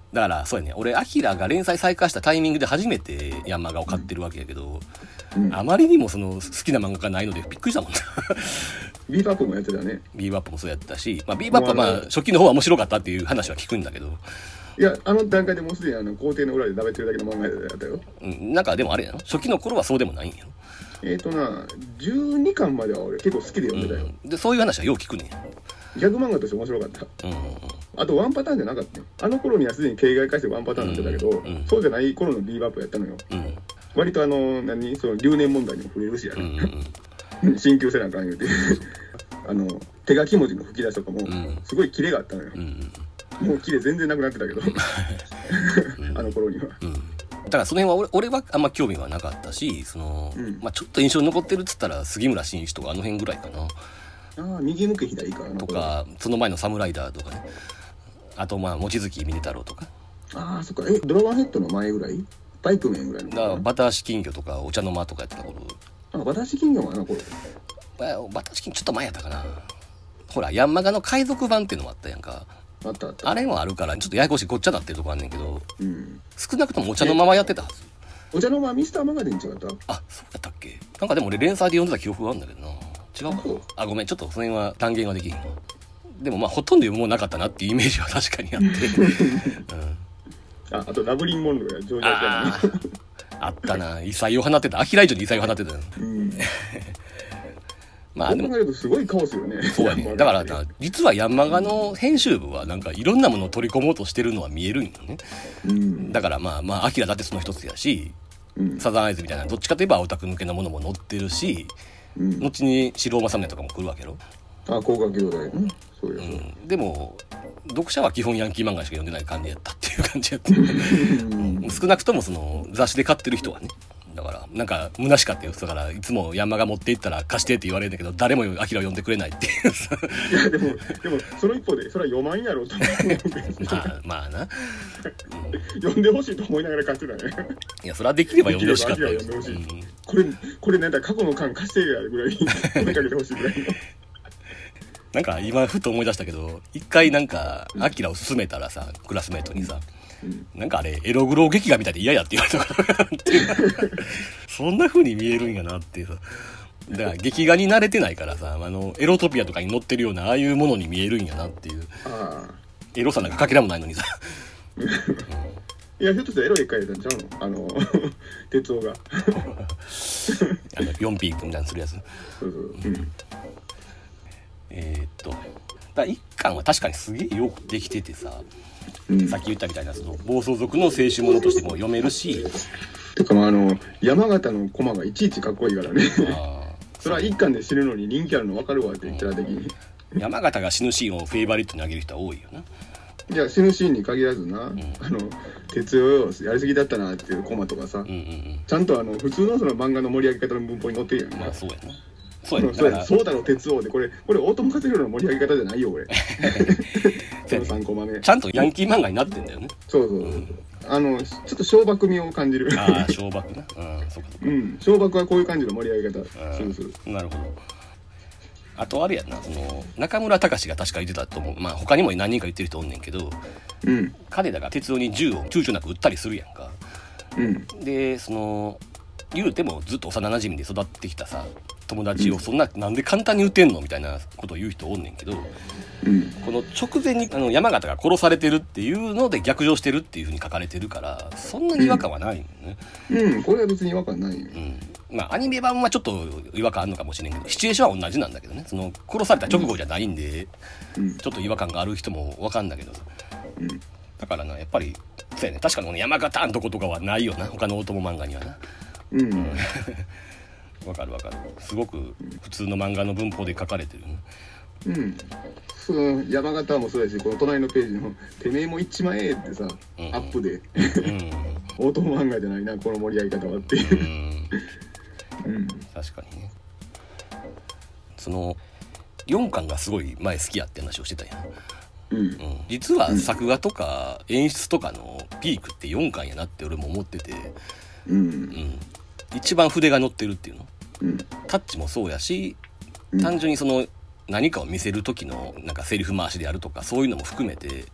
だからそうやね、俺アキラが連載再開したタイミングで初めてヤンマガを買ってるわけやけど、うん、あまりにもその好きな漫画がないのでびっくりしたもんなビーバップもやってたね。 ビーバップもそうやったし、まあ、ビーバップはまあ初期の方は面白かったっていう話は聞くんだけど、 いやあの段階でもうすでにあの校庭の裏で食べてるだけの漫画やったよ。 うん、なんかでもあれやな、初期の頃はそうでもないんやろ。 えーとなじゅうにかんまでは俺結構好きで読んでたよ、 うん、でそういう話はよう聞くねん。 ギャグ漫画として面白かった、うんうんうん、あとワンパターンじゃなかったね。あの頃にはすでに形骸化してワンパターンになってたけど、うんうん、そうじゃない頃のビーバップやったのよ、うん、割とあの何その留年問題にも触れるしやね、うんうん、進級せなあかん言うてあの手書き文字の吹き出しとかもすごいキレがあったのよ、うんうん、もうキレ全然なくなってたけどあの頃には、うんだからその辺は 俺, 俺はあんま興味はなかったし、その、うんまあ、ちょっと印象に残ってるっつったら杉村真一とかあの辺ぐらいかな。ああ右向け左かなとか、その前のサムライダーとかね、あとまあ望月峰太郎とか。 ああそっか、えドラゴンヘッドの前ぐらい、バイクメンぐらいの。 だからバタ足金魚とかお茶の間とかやってた頃。 あバタ足金魚はあの頃。 バタ足金魚ちょっと前やったかな。ほらヤンマガの海賊版っていうのもあったやんか。 あったあった。 あれもあるからちょっとややこしいごっちゃなってるとこあんねんけど、うん、少なくともお茶のままやってたはず。 お茶の間ミスターマガジン違った？ あ、そうやったっけ？なんかでも俺連載で読んでた記憶があるんだけどな。違うかな。あ、ごめん、ちょっとその辺は断言はできへんわ。でもまあほとんど読もうなかったなっていうイメージは確かにあって、 うん、あ, あとラブリン・モンローやジョージアキャノンあったな。異彩を放ってた。アキラ以上に異彩を放ってたよ、うんまあでもすごいカオスよね。 そうやね。だからな実はヤンマガの編集部はなんかいろんなものを取り込もうとしてるのは見えるんよね。うん、だからまあまあアキラだってその一つやし、うん、サザンアイズみたいなどっちかといえばオタク向けのものも載ってるし、うん、後に白尾正宗とかも来るわけよ。 あ、高架兄弟ね。そうや、 うん。でも読者は基本ヤンキー漫画しか読んでない感じやったっていう感じやった。うん、少なくともその雑誌で買ってる人はね。だからなんか虚しかったよ。だからいつもヤンマガ持って行ったら貸してって言われるんだけど誰もアキラを読んでくれないっていうさ。 いやでもでもその一方でそれは読まんやろうと思うまあまあな、うん、 読んでほしいと思いながら貸してたね。 いやそれはできれば読んでほしかったよ。 うん、これこれなんだ過去の巻貸してやるぐらいおめかけてほしいぐらいの。 なんか今ふと思い出したけど一回なんかアキラを勧めたらさクラスメートにさ、うん、なんかあれエログロ劇画みたいで嫌やって言われたからそんな風に見えるんやなってさ。だから劇画に慣れてないからさ、あのエロトピアとかに載ってるようなああいうものに見えるんやなっていう。あエロさなんかかけらもないのにさ、 うん、いやひょっとしたらエロい回やったんちゃうの、あの哲夫があの よんピー みたいにするやつ。そうそう、うん、えー、っとだいっかんは確かにすげえよくできててさ、うん、さっき言ったみたいなその暴走族の青春ものとしても読めるし、 てかまああの山形のコマがいちいちかっこいいからね。あそれはいっかんで死ぬのに人気あるの分かるわって言ったら的に、 うん、山形が死ぬシーンをフェイバリットに上げる人は多いよな。 じゃあ死ぬシーンに限らずな、うん、あの鉄夫やりすぎだったなっていうコマとかさ、うんうんうん、ちゃんとあの普通のその漫画の盛り上げ方の文法に載ってるやん。 まあそうやな。 そうやな。そうやそうだろ鉄夫でこれこれ大友克洋の盛り上げ方じゃないよこれ。そのさんコマ目。 ちゃんとヤンキー漫画になってんだよね。 そうそう。うんあのちょっと小爆味を感じる。 ああ小爆な。うん、そうかそうか。 うん、小爆はこういう感じの盛り上げ方するする。 なるほど。あとあれやな、その中村隆が確か言ってたと思う。まあ他にも何人か言ってる人おんねんけど、うん、彼らが鉄道に銃を躊躇なく撃ったりするやんか。うん、でその言うてもずっと幼馴染で育ってきたさ友達をそんな、うん、なんで簡単に撃てんのみたいなことを言う人おんねんけど、うん、この直前にあの山形が殺されてるっていうので逆上してるっていう風に書かれてるからそんなに違和感はないよね。 うん、うん、これは別に違和感ないよ。 うん、まあアニメ版はちょっと違和感あるのかもしれんけどシチュエーションは同じなんだけどね。その殺された直後じゃないんで、うん、ちょっと違和感がある人も分かんだけどさ、うん、だからなやっぱりそうやね確かにこの山形んとことかはないよな他の大友漫画にはな。うん、うんわかるわかる。すごく普通の漫画の文法で書かれてる、ね。 うん。その山形もそうやし、この隣のページのてめえも一枚えってさ、うん、アップで、うん、オート漫画じゃないなこの盛り上げ方はっていう。 うんうん、確かにね。そのよんかんがすごい前好きやって話をしてたやん。うんうん、実は作画とか演出とかのピークってよんかんやなって俺も思ってて。うん。うん一番筆が乗ってるっていうの、うん、タッチもそうやし、うん、単純にその何かを見せる時のなんかセリフ回しであるとかそういうのも含めて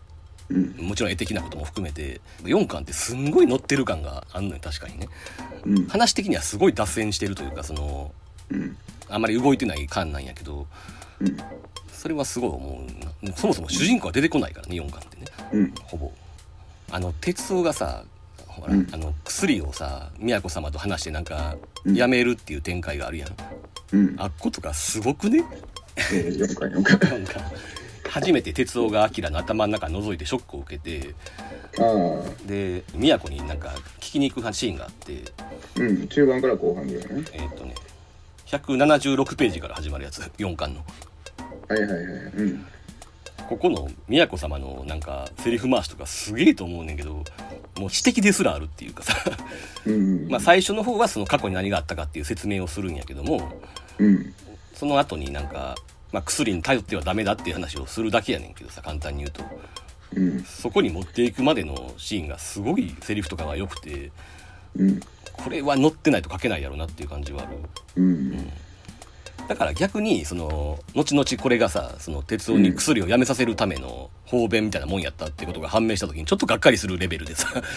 うん、 もちろん絵的なことも含めてよんかんってすんごい乗ってる感があんのよ確かにね、 うん、 話的にはすごい脱線してるというかその、 うん、 あんまり動いてない感なんやけど、 うん、 それはすごい思うな。そもそも主人公は出てこないからねよんかんってね、 うん、 ほぼあの哲夫がさほら、うん、あの薬をさ宮子様と話してなんかやめるっていう展開があるやん、うん、あっことかすごくね、 えー、よんかんよんかんなんか初めて哲夫がアキラの頭の中覗いてショックを受けて、 あで宮子になんか聞きに行くシーンがあって、 うん、中盤から後半ぐらいねえー、っとねひゃくななじゅうろくページから始まるやつよんかんの、 はいはいはい、うん、 ここの宮子様のなんかセリフ回しとかすげえと思うねんけどもう詩的ですらあるっていうかさうん、 まあ最初の方はその過去に何があったかっていう説明をするんやけども、 うん、 その後になんか、まあ、薬に頼ってはダメだっていう話をするだけやねんけどさ簡単に言うと、 うん、そこに持っていくまでのシーンがすごいセリフとかが良くて、 うん、 これは載ってないと書けないやろなっていう感じはある、 うんうん、 だから逆にその後々これがさその哲夫に薬をやめさせるための方便みたいなもんやったってことが判明した時にちょっとがっかりするレベルでさ、うん、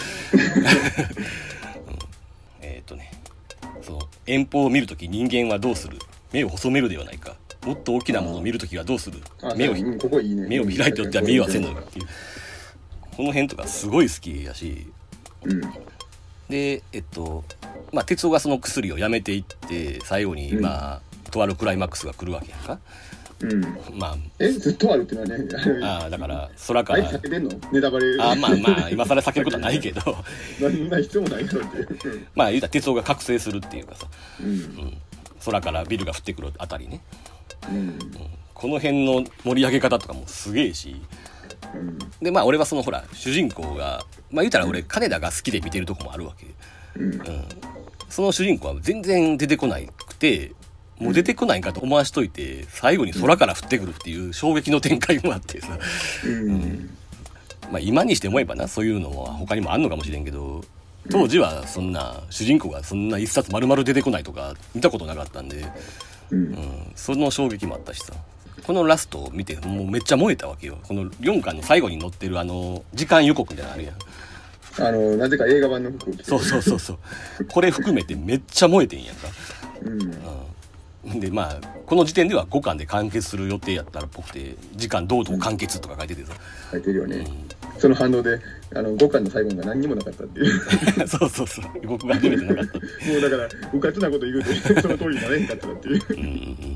えっとねその遠方を見るとき人間はどうする？目を細めるではないか。もっと大きなものを見るときはどうする？目を、 うん、ここいいね、 目を開いておっては見えはせんのっていうこの辺とかすごい好きやし、 うん、 でえっとまあ哲夫がその薬をやめていって最後に、うん、まあとあるクライマックスが来るわけやんか、 うん、 まあえずっとあるってのはねああだから空からあれ避けてんのネタバレあまあまあ今更避けることはないけど何ない必要もないだろってまあ言うたら哲夫が覚醒するっていうかさ、 うんうん、 空からビルが降ってくるあたりね、 うんうん、 この辺の盛り上げ方とかもすげえし、うん、でまあ俺はそのほら主人公がまあ言うたら俺金田が好きで見てるとこもあるわけ、うんうん、その主人公は全然出てこなくてもう出てこないんかと思わしといて最後に空から降ってくるっていう衝撃の展開もあってさ、うんうんまあ、今にして思えばなそういうのは他にもあんのかもしれんけど当時はそんな主人公がそんな一冊丸々出てこないとか見たことなかったんで、うんうん、その衝撃もあったしさこのラストを見てもうめっちゃ燃えたわけよ。このよんかんの最後に載ってるあの時間予告みたいなのあるやんあのなぜか映画版の服を着てそうそうそうそうこれ含めてめっちゃ燃えてんやんか、 うんうん、でまあこの時点ではごかんで完結する予定やったらっぽくて時間どうどう完結とか書いててさ、 うん、書いてるよね、うん、その反動であのごかんの最後が何にもなかったっていうそうそうそう僕が初めてなかったもうだからうかつなこと言うてその通りになれんかったっていううん、うん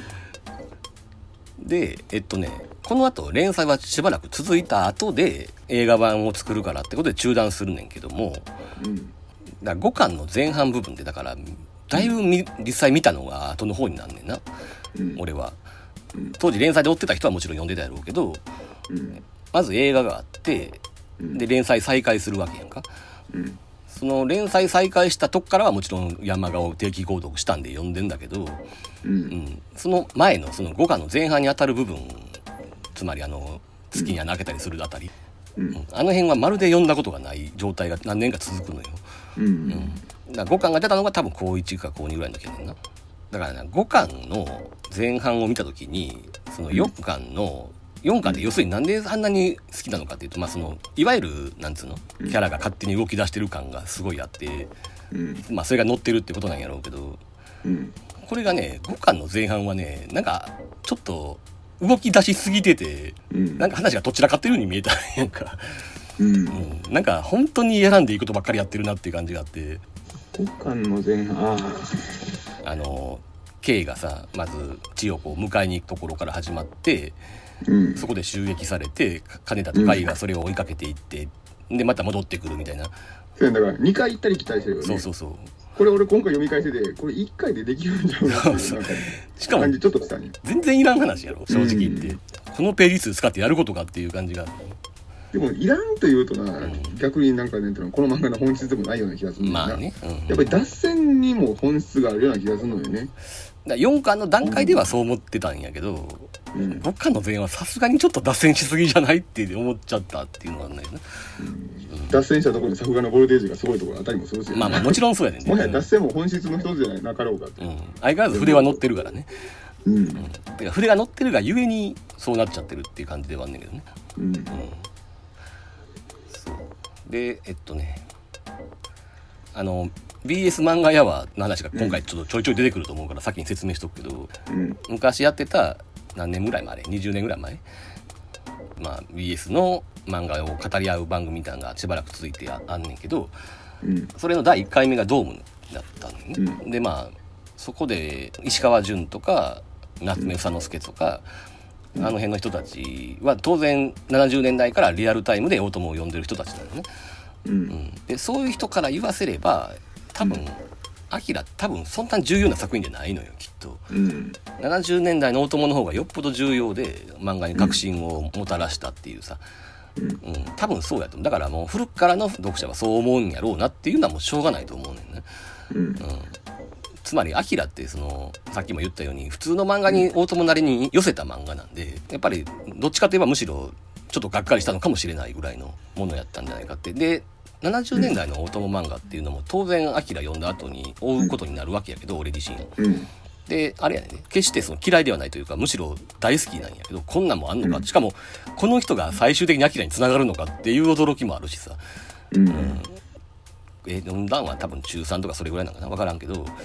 でえっとねこの後連載はしばらく続いた後で映画版を作るからってことで中断するねんけども、うん、だからごかんの前半部分でだからだいぶ実際見たのが後の方になんねんな、うん、俺は、うん、当時連載で追ってた人はもちろん読んでたやろうけど、うん、まず映画があってで連載再開するわけやんか、うん、その連載再開したとこからはもちろん山鹿を定期購読したんで読んでんだけど、うんうん、その前のそのごかんの前半にあたる部分つまりあの月に穴開けたりするあたり、うんうん、あの辺はまるで読んだことがない状態が何年か続くのよ、うんうん、だからごかんが出たのが多分こういちかこうにぐらいの時やねんな。だからなごかんの前半を見た時にそのよんかんのよんかんで要するになんであんなに好きなのかっていうと、まあ、そのいわゆるなんつうのキャラが勝手に動き出してる感がすごいあって、うん、まあそれが載ってるってことなんやろうけど、うん、これがねごかんの前半はねなんかちょっと動き出しすぎてて、うん、なんか話がどちらかっていうように見えたやんか、うんうん、なんか本当に選んでいいことばっかりやってるなっていう感じがあってごかんの前半ああの K がさまず千代子を迎えに行くところから始まってうん、そこで襲撃されて金田と甲斐がそれを追いかけていって、うん、でまた戻ってくるみたいな。 そうだからにかい行ったり来たりしてるよね。 そうそうそう。 これ俺今回読み返しててこれいっかいでできるんじゃないかなっていうしかも感じちょっとしたね。 全然いらん話やろ正直言って、うん、このページ数使ってやることかっていう感じが。 でもいらんというとな、うん、逆になんかねこの漫画の本質でもないような気がするんだよな。まあね、うん、やっぱり脱線にも本質があるような気がするのよね。 だよんかんの段階ではそう思ってたんやけど、うん、ごかんの前半はさすがにちょっと脱線しすぎじゃないって思っちゃったっていうのがあるんだよね、うんうん、 脱線したところで作画のボルテージがすごいところあたりもするし、ね、 まあまあもちろんそうやねんねもはや脱線も本質の一つじゃないなかろうかって、うん、 相変わらず筆は乗ってるからね、 うんうん、 てか筆が乗ってるがゆえにそうなっちゃってるっていう感じではあんねんけどね、うんうんでえっとねあの ビーエス 漫画やわの話が今回ちょっとちょいちょい出てくると思うから先に説明しとくけど、 うん、 昔やってた何年ぐらい前にじゅうねんぐらい前、まあ、ビーエス の漫画を語り合う番組みたいなのがしばらく続いて あ, あんねんけど、うん、それのだいいっかいめがドームだったのね、うん、でまあそこで石川潤とか夏目房之助とか、うん、あの辺の人たちは当然ななじゅうねんだいからリアルタイムで大友を呼んでる人たちなのね、うんうん、でそういう人から言わせれば多分アキラ多分そんなに重要な作品じゃないのよきっと、うん、ななじゅうねんだいの大友の方がよっぽど重要で漫画に革新をもたらしたっていうさ、うんうん、多分そうやと思う。だからもう古くからの読者はそう思うんやろうなっていうのはもうしょうがないと思うねんね、うんうん、つまりアキラってそのさっきも言ったように普通の漫画に大友なりに寄せた漫画なんでやっぱりどっちかといえばむしろちょっとがっかりしたのかもしれないぐらいのものやったんじゃないかって。でななじゅうねんだいの大友漫画っていうのも当然アキラ読んだ後に追うことになるわけやけど俺自身、うん、であれやね決してその嫌いではないというかむしろ大好きなんやけどこんなんもあんのか、うん、しかもこの人が最終的にアキラに繋がるのかっていう驚きもあるしさ、うんうん、え読んだんは多分中さんとかそれぐらいなのかな分からんけど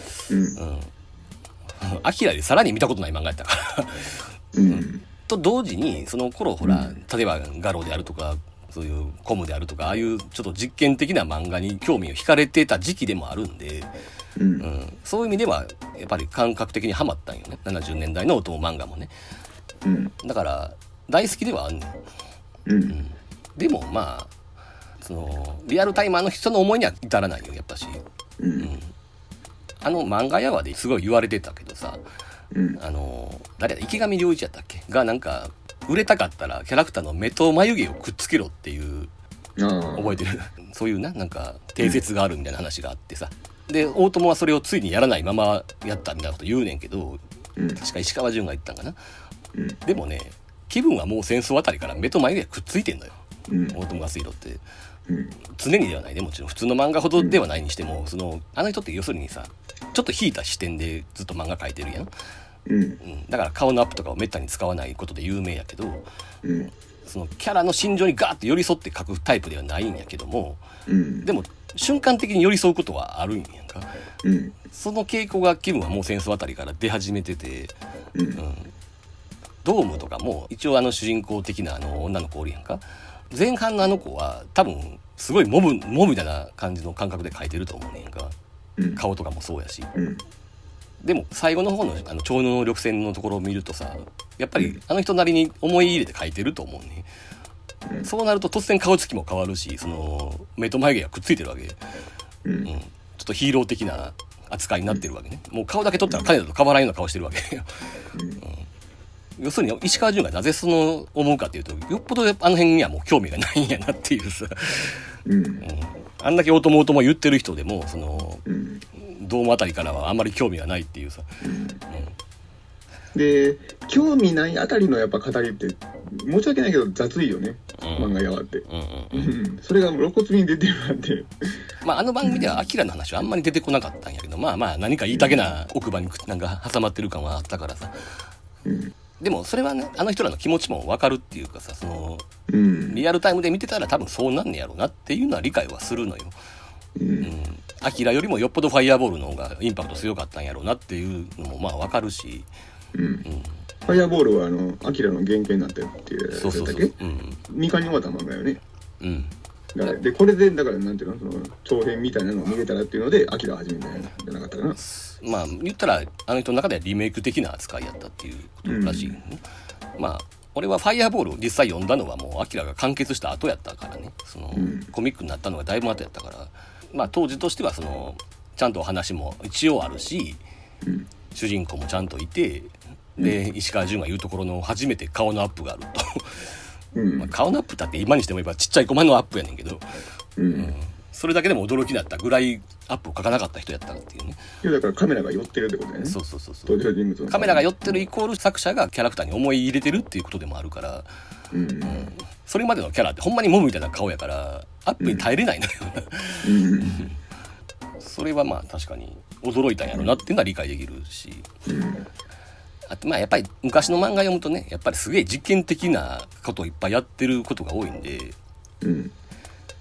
アキラよりさらに見たことない漫画やったから、うん、と同時にその頃ほら例えばガロであるとかそういうコムであるとかああいうちょっと実験的な漫画に興味を惹かれてた時期でもあるんで、うんうん、そういう意味ではやっぱり感覚的にハマったんよねななじゅうねんだいの大友漫画もね、うん、だから大好きではあんねん、うんうん、でもまあそのリアルタイマーの人の思いには至らないよやっぱし、うんうん、あの漫画やわですごい言われてたけどさ、うん、あの誰だ池上良一やったっけがなんか売れたかったらキャラクターの目と眉毛をくっつけろっていう覚えてるそういうななんか定説があるみたいな話があってさで大友はそれをついにやらないままやったみたいなこと言うねんけど、うん、確か石川潤が言ったんかな、うん、でもね気分はもう戦争あたりから目と眉毛がくっついてんのよ、うん、大友康弘って、うん、常にではないねもちろん普通の漫画ほどではないにしても、うん、そのあの人って要するにさちょっと引いた視点でずっと漫画描いてるやんうんうん、だから顔のアップとかをめったに使わないことで有名やけど、うん、そのキャラの心情にガーッと寄り添って描くタイプではないんやけども、うん、でも瞬間的に寄り添うことはあるんやんか、うん、その傾向が気分はもう戦争あたりから出始めてて、うんうん、ドームとかも一応あの主人公的なあの女の子おるやんか前半のあの子は多分すごいモブモブみたいな感じの感覚で描いてると思うねんか、うん、顔とかもそうやし、うんでも最後の方のあの超能力戦のところを見るとさやっぱりあの人なりに思い入れて描いてると思うね、うん、そうなると突然顔つきも変わるしその目と眉毛がくっついてるわけ、うんうん、ちょっとヒーロー的な扱いになってるわけねもう顔だけ撮ったら彼らと変わらんような顔してるわけ、うんうん、要するに石川潤がなぜその思うかっていうとよっぽどあの辺にはもう興味がないんやなっていうさ、うんうん、あんだけ大友大友言ってる人でもその、うんドームあたりからはあんまり興味がないっていうさ、うんうん、 で興味ないあたりのやっぱ語りって申し訳ないけど雑いよね、うん、漫画やわって、うんうんうん、それが露骨に出てるなんてまああの番組ではアキラの話はあんまり出てこなかったんやけどまあまあ何か言いたげな奥歯になんか挟まってる感はあったからさ、うん、でもそれはねあの人らの気持ちも分かるっていうかさその、うん、リアルタイムで見てたら多分そうなんねやろうなっていうのは理解はするのよ、うんうんアキラよりもよっぽどファイヤーボールの方がインパクト強かったんやろうなっていうのもまあわかるし、うんうん、ファイヤーボールはあのアキラの原型になってるっていうやつだっけにかんに終わった漫画よね、うん、だからでこれでだからなんていうのその長編みたいなのを見れたらっていうのでアキラ始めたんじゃなかったかなまあ言ったらあの人の中ではリメイク的な扱いやったっていうことらしい、ねうん、まあ俺はファイヤーボールを実際読んだのはもうアキラが完結した後やったからねその、うん、コミックになったのがだいぶ後やったからまあ当時としてはそのちゃんとお話も一応あるし、うん、主人公もちゃんといてで、うん、石川潤が言うところの初めて顔のアップがあると、うんまあ、顔のアップだって今にしても言えばちっちゃいコマのアップやねんけど、うんうん、それだけでも驚きだったぐらいアップを描かなかった人やったっていうねいやだからカメラが寄ってるってことだよねそうそうそうそう登場人物のカメラが寄ってるイコール作者がキャラクターに思い入れてるっていうことでもあるから、うんうんうん、それまでのキャラってほんまにモブみたいな顔やからアップに耐えれないのよ、うんうん、それはまあ確かに驚いたんやろなっていうのは理解できるし、うん、あとまあやっぱり昔の漫画読むとねやっぱりすげえ実験的なことをいっぱいやってることが多いんで、うん、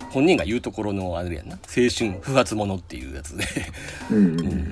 本人が言うところのあれやんな、青春不発者っていうやつで、 うんうん、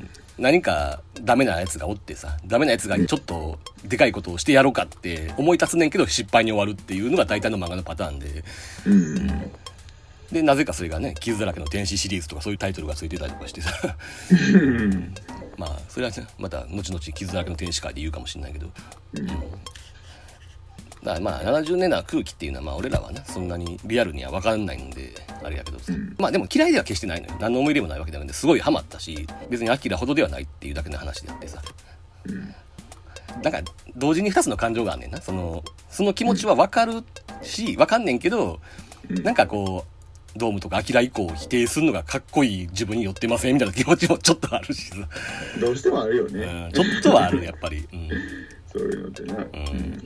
何かダメなやつがおってさ、ダメなやつがちょっとでかいことをしてやろうかって思い立つねんけど失敗に終わるっていうのが大体の漫画のパターンで、 うんうん、 でなぜかそれがね、傷だらけの天使シリーズとかそういうタイトルがついてたりとかしてさまあそれはねまた後々傷だらけの天使会で言うかもしれないけど、うん、だからまあななじゅうねんだいの空気っていうのはまあ俺らはねそんなにリアルには分かんないんであれやけどさ、うん、まあでも嫌いでは決してないのよ。何の思い入れもないわけではなくてすごいハマったし、別にアキラほどではないっていうだけの話であってさ、うん、なんか同時にふたつの感情があんねんな。そのその気持ちは分かるし分かんねんけど、うん、なんかこうドームとかアキラ以降を否定するのがかっこいい自分に寄ってませんみたいな気持ちもちょっとあるしさ、 どうしてもあるよね、 うん、ちょっとはあるやっぱり、うん、 そういうのってな、うん、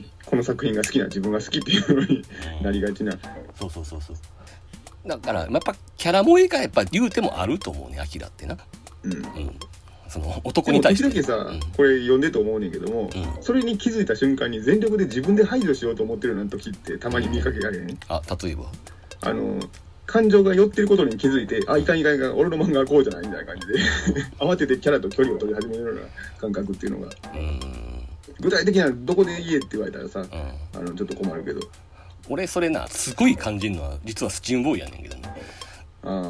この作品が好きな自分が好きっていうのになりがちな、うん、 そうそうそうそう。だからやっぱキャラ萌えがやっぱ言うてもあると思うね、アキラってな、うんうん、その男に対して時々さ、うん、これ読んでと思うねんけども、うん、それに気づいた瞬間に全力で自分で排除しようと思ってるような時ってたまに見かけられへん、うん、 あ、例えばあの感情が寄ってることに気づいて、あ、いかんいかんいかん、俺の漫画はこうじゃないみたいな感じで慌ててキャラと距離を取り始めるような感覚っていうのが、うん、具体的などこで言えって言われたらさ、うん、あのちょっと困るけど、 俺それなすごい感じるのは実はスチームボーイやねんけどね、あ、うん、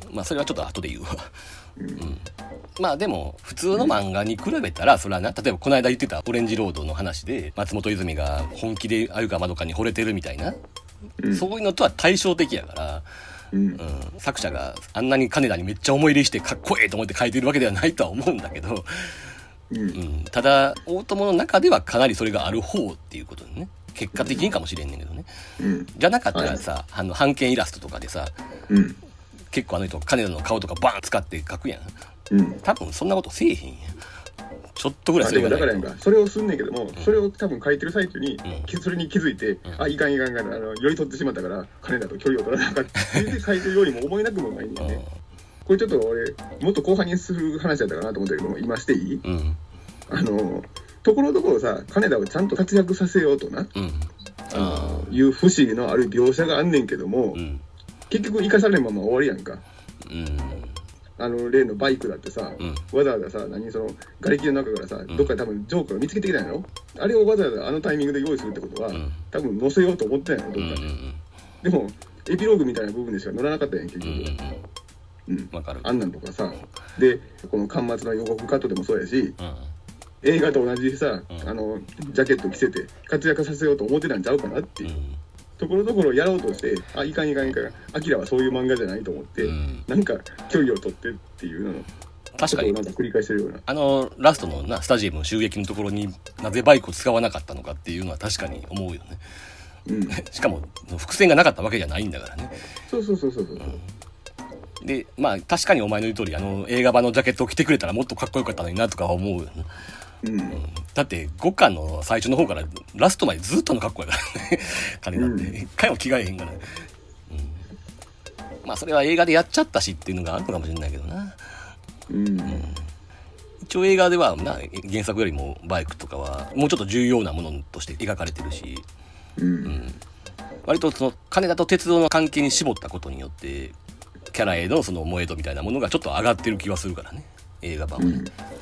まあそれはちょっと後で言うわ、うんうん、まあでも普通の漫画に比べたらそれはな、例えばこの間言ってたオレンジロードの話で松本泉が本気で鮎川まどかに惚れてるみたいな、うん、そういうのとは対照的やから、うんうん、作者があんなに金田にめっちゃ思い入れしてかっこいいと思って書いてるわけではないとは思うんだけど、うんうん、ただ大友の中ではかなりそれがある方っていうことでね、結果的にかもしれんねんけどね、うん、じゃなかったらさ、はい、あの版権イラストとかでさ、うん、結構あの人金田の顔とかバーン使って描くやん、うん、多分そんなことせえへんやん、ちょっとぐらいそれがないと。 だからやんか、それをすんねんけども、うん、それを多分書いてる最中に、うん、それに気づいて、うん、あ、いかんいかんいかん、あの寄り取ってしまったから金田と距離を取らなかったって言って書いてるようにも思えなくもないんだよね、うん、これちょっと俺もっと後半にする話だったかなと思ったけども、今していい、うん、あのところどころさ金田をちゃんと活躍させようとな、うん、あのいう節のある描写があんねんけども、うん、結局生かされんまま終わりやんか、うん、あの例のバイクだってさ、うん、わざわざさ何その瓦礫の中からさ、うん、どっかで多分ジョークが見つけてきたんやろ、あれをわざわざあのタイミングで用意するってことは、うん、多分載せようと思ってないのどっかで、うんうんうん、でもエピローグみたいな部分でしか載らなかったやん結局、うんうんうん、分かる。あんなんとかさ、でこの巻末の予告カットでもそうやし、うん、映画と同じさ、うん、あのジャケット着せて活躍させようと思ってたんちゃうかなっていう、うん、ところどころやろうとして、あ、いかんいかんいかん、アキラはそういう漫画じゃないと思って、うん、なんか距離を取ってっていうのの確かになんか繰り返してるような、 あのラストのなスタジアムの襲撃のところになぜバイクを使わなかったのかっていうのは確かに思うよね、うん、しかも伏線がなかったわけじゃないんだからね。 そうそうそうそうそう、 うん、でまあ確かにお前の言う通りあの映画版のジャケットを着てくれたらもっとかっこよかったのになとか思うよね、うんうん、だってごかんの最初の方からラストまでずっとの格好やからね彼だって一回も着替えへんから、ね、うん、まあそれは映画でやっちゃったしっていうのがあるのかもしれないけどな、うんうん、一応映画ではな原作よりもバイクとかはもうちょっと重要なものとして描かれてるし、うんうん、割とその金田と鉄道の関係に絞ったことによってキャラへのその萌え度みたいなものがちょっと上がってる気はするからね映画版は、うんうん、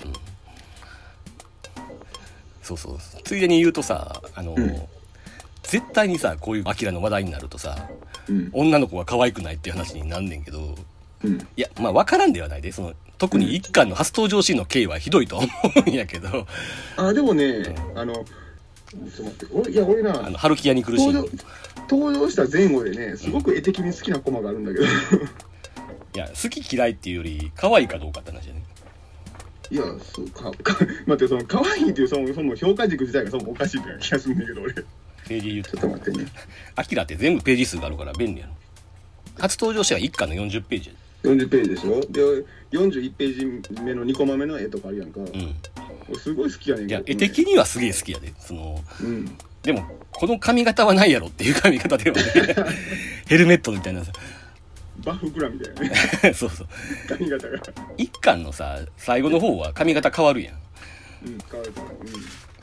そうそう。ついでに言うとさ、あの、うん、絶対にさこういうアキラの話題になるとさ、うん、女の子が可愛くないっていう話になんねんけど、うん、いやまあ分からんではないで、その特に一巻の初登場シーンの経緯はひどいと思うんやけど、 あでもね、うん、あのちょっと待って俺いや俺なあの春木屋に苦しい登場登場した前後でねすごく絵的に好きなコマがあるんだけど、うん、いや好き嫌いっていうより可愛いかどうかって話だね。 いやそうかか待ってその可愛いっていうそのその評価軸自体がそのおかしいって気がするんだけど俺ページ言うとちょっと待ってね、 アキラって全部ページ数があるから便利やろ。初登場者は一巻のよんじゅっページやよんじゅっページでしょ。でよんじゅういちページ目のにコマ目の絵とかあるやんか、うん、俺すごい好きやねんけど、 いや絵的にはすげえ好きやでその、うん、でもこの髪型はないやろっていう髪型ではねヘルメットみたいなさバッフクラみたいなねそうそう髪型が一巻のさ最後の方は髪型変わるやん、 うん変わるから、うん、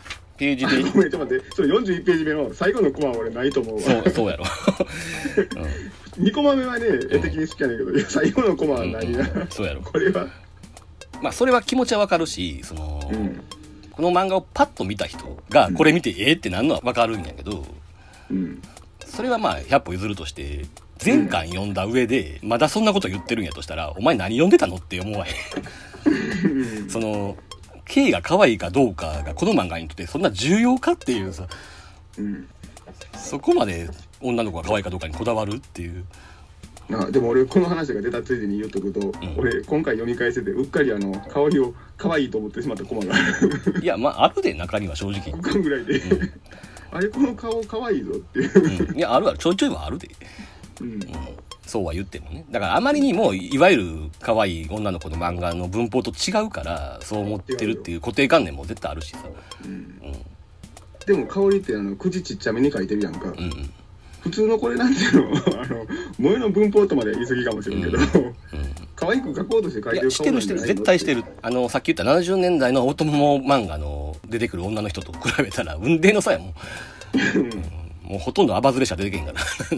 ページでごめんちょっと待ってそれよんじゅういちページ目の最後のコマは俺ないと思うわ。 そうそうやろ、 うん、にコマ目はね絵的に好きやねんけど、うん、最後のコマはないな、 うんうん、そうやろ。 これはまあそれは気持ちはわかるし、その、うん、この漫画をパッと見た人がこれ見て、うん、えーってなんのはわかるんやけど、うん、それはまあひゃっぽ譲るとして全巻読んだ上でまだそんなこと言ってるんやとしたら、お前何読んでたのって思わへんその K が可愛いかどうかがこの漫画にとってそんな重要かっていうさ、うん、そこまで女の子が可愛いかどうかにこだわるっていう。 あでも俺この話が出たついでに言っとくと、うん、俺今回読み返しててうっかりあの香りを可愛いと思ってしまったコマがいやまああるで、中には正直ごかんぐらいで、うん、あれこの顔可愛いぞっていう、 うん、いやあるある、ちょいちょいはあるで、うんうん、そうは言ってもね。だからあまりにもいわゆる可愛い女の子の漫画の文法と違うからそう思ってるっていう固定観念も絶対あるしさ、うんうん、 でも香りってあの口ちっちゃめに書いてるやんか、うんうん、普通のこれなんていうのあの萌えの文法とまで言い過ぎかもしれんけど、うんうん、可愛く書こうとして書いてる顔なんじゃないのって。いやしてるしてる、絶対してる。あのさっき言ったななじゅうねんだいのオトモ漫画の出てくる女の人と比べたら雲泥の差やもん、うん、もうほとんどアバズレしか出てけんから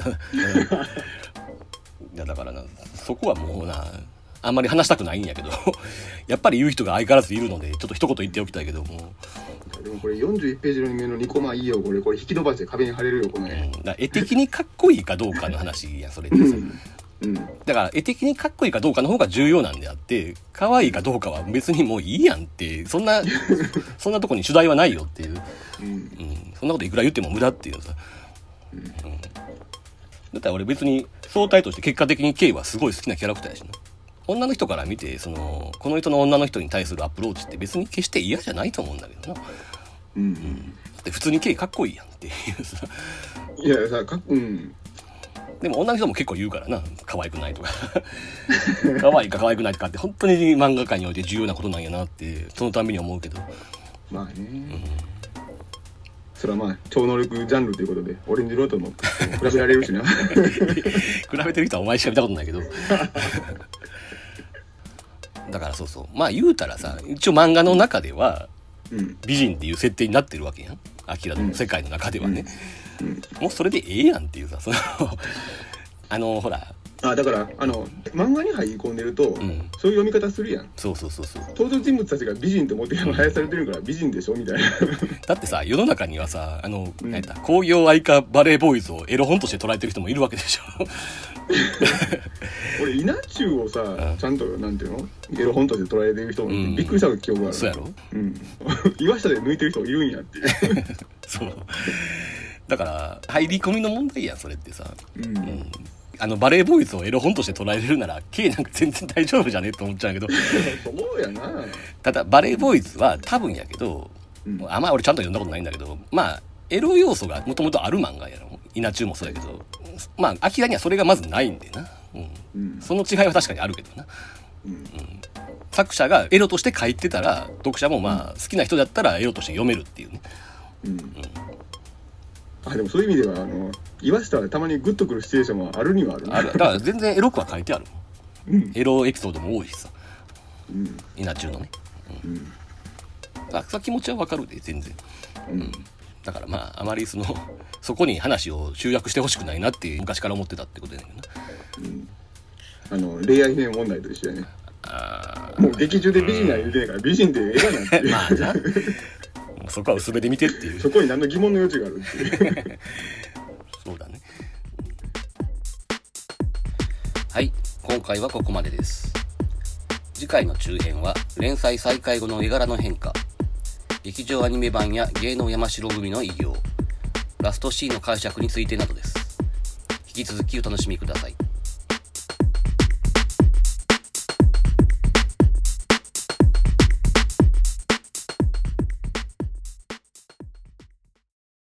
いやだからな、そこはもうなあんまり話したくないんやけどやっぱり言う人が相変わらずいるのでちょっと一言言っておきたいけども。 でもこれよんじゅういちページ目のにコマいいよ、これこれ引き伸ばして壁に貼れるよこの絵、 うん、だ絵的にかっこいいかどうかの話やそれってさ、うんうん、だから絵的にかっこいいかどうかの方が重要なんであって可愛いかどうかは別にもういいやんって、そんなそんなとこに主題はないよっていう、うんうん、そんなこといくら言っても無駄っていうさ、うんうん、だったら俺別に相対として結果的に K はすごい好きなキャラクターやしな。女の人から見てそのこの人の女の人に対するアプローチって別に決して嫌じゃないと思うんだけどな、うんうん、で普通に K かっこいいやんっていうさ。 いやさか、うん、 でも女の人も結構言うからな、可愛くないとか可愛いか可愛くないとかって本当に漫画界において重要なことなんやなってそのたびに思うけど、 まあね、うん、それはまあ超能力ジャンルということでオレンジロードも比べられるしな比べてる人はお前しか見たことないけどだからそうそう、まあ言うたらさ、一応漫画の中では美人っていう設定になってるわけやん、アキラの世界の中ではね、うんうん、もうそれでええやんっていうさ、そのあのほらあだからあの漫画に入り込んでると、うん、そういう読み方するやん。 そうそうそうそう、 登場人物たちが美人って思って生やされてるから美人でしょみたいなだってさ世の中にはさあの、うん、何やった工業愛花バレーボーイズをエロ本として捉えてる人もいるわけでしょ俺稲中をさ、うん、ちゃんとなんていうのエロ本として捉えてる人も、うん、びっくりした記憶がある。 そうやろ、 うん、岩下で抜いてる人いるんやってそうだから入り込みの問題やんそれってさ、うんうん、あのバレーボーイズをエロ本として捉えれるなら K なんか全然大丈夫じゃねえと思っちゃうけどそうやな。 ただバレーボーイズは多分やけど、うん、あんま俺ちゃんと読んだことないんだけど、まあエロ要素がもともとある漫画やろ。稲中もそうやけど、まあ明らにはそれがまずないんでな、うんうん、その違いは確かにあるけどな、うんうん、作者がエロとして書いてたら読者もまあ好きな人だったらエロとして読めるっていうね、うんうん、 あでもそういう意味ではあの岩下はたまにグッとくるシチュエーションもあるにはある、ね、 ある。だから全然エロくは書いてある、うん、エロエピソードも多いしさ、うん、稲中のね、うんうん、あそ気持ちはわかるで全然、うん、だからまああまりそのそこに話を集約してほしくないなって昔から思ってたってことやねんな、 うん、あの恋愛編問題と一緒やね。あもう劇中で美人なん言うてねえから、うん、美人って映画なんてまあなそこは薄めで見てっていうそこに何の疑問の余地があるっていうそうだね。はい、今回はここまでです。次回の中編は連載再開後の絵柄の変化、劇場アニメ版や芸能山城組の偉業、ラストシーンの解釈についてなどです。引き続きお楽しみください。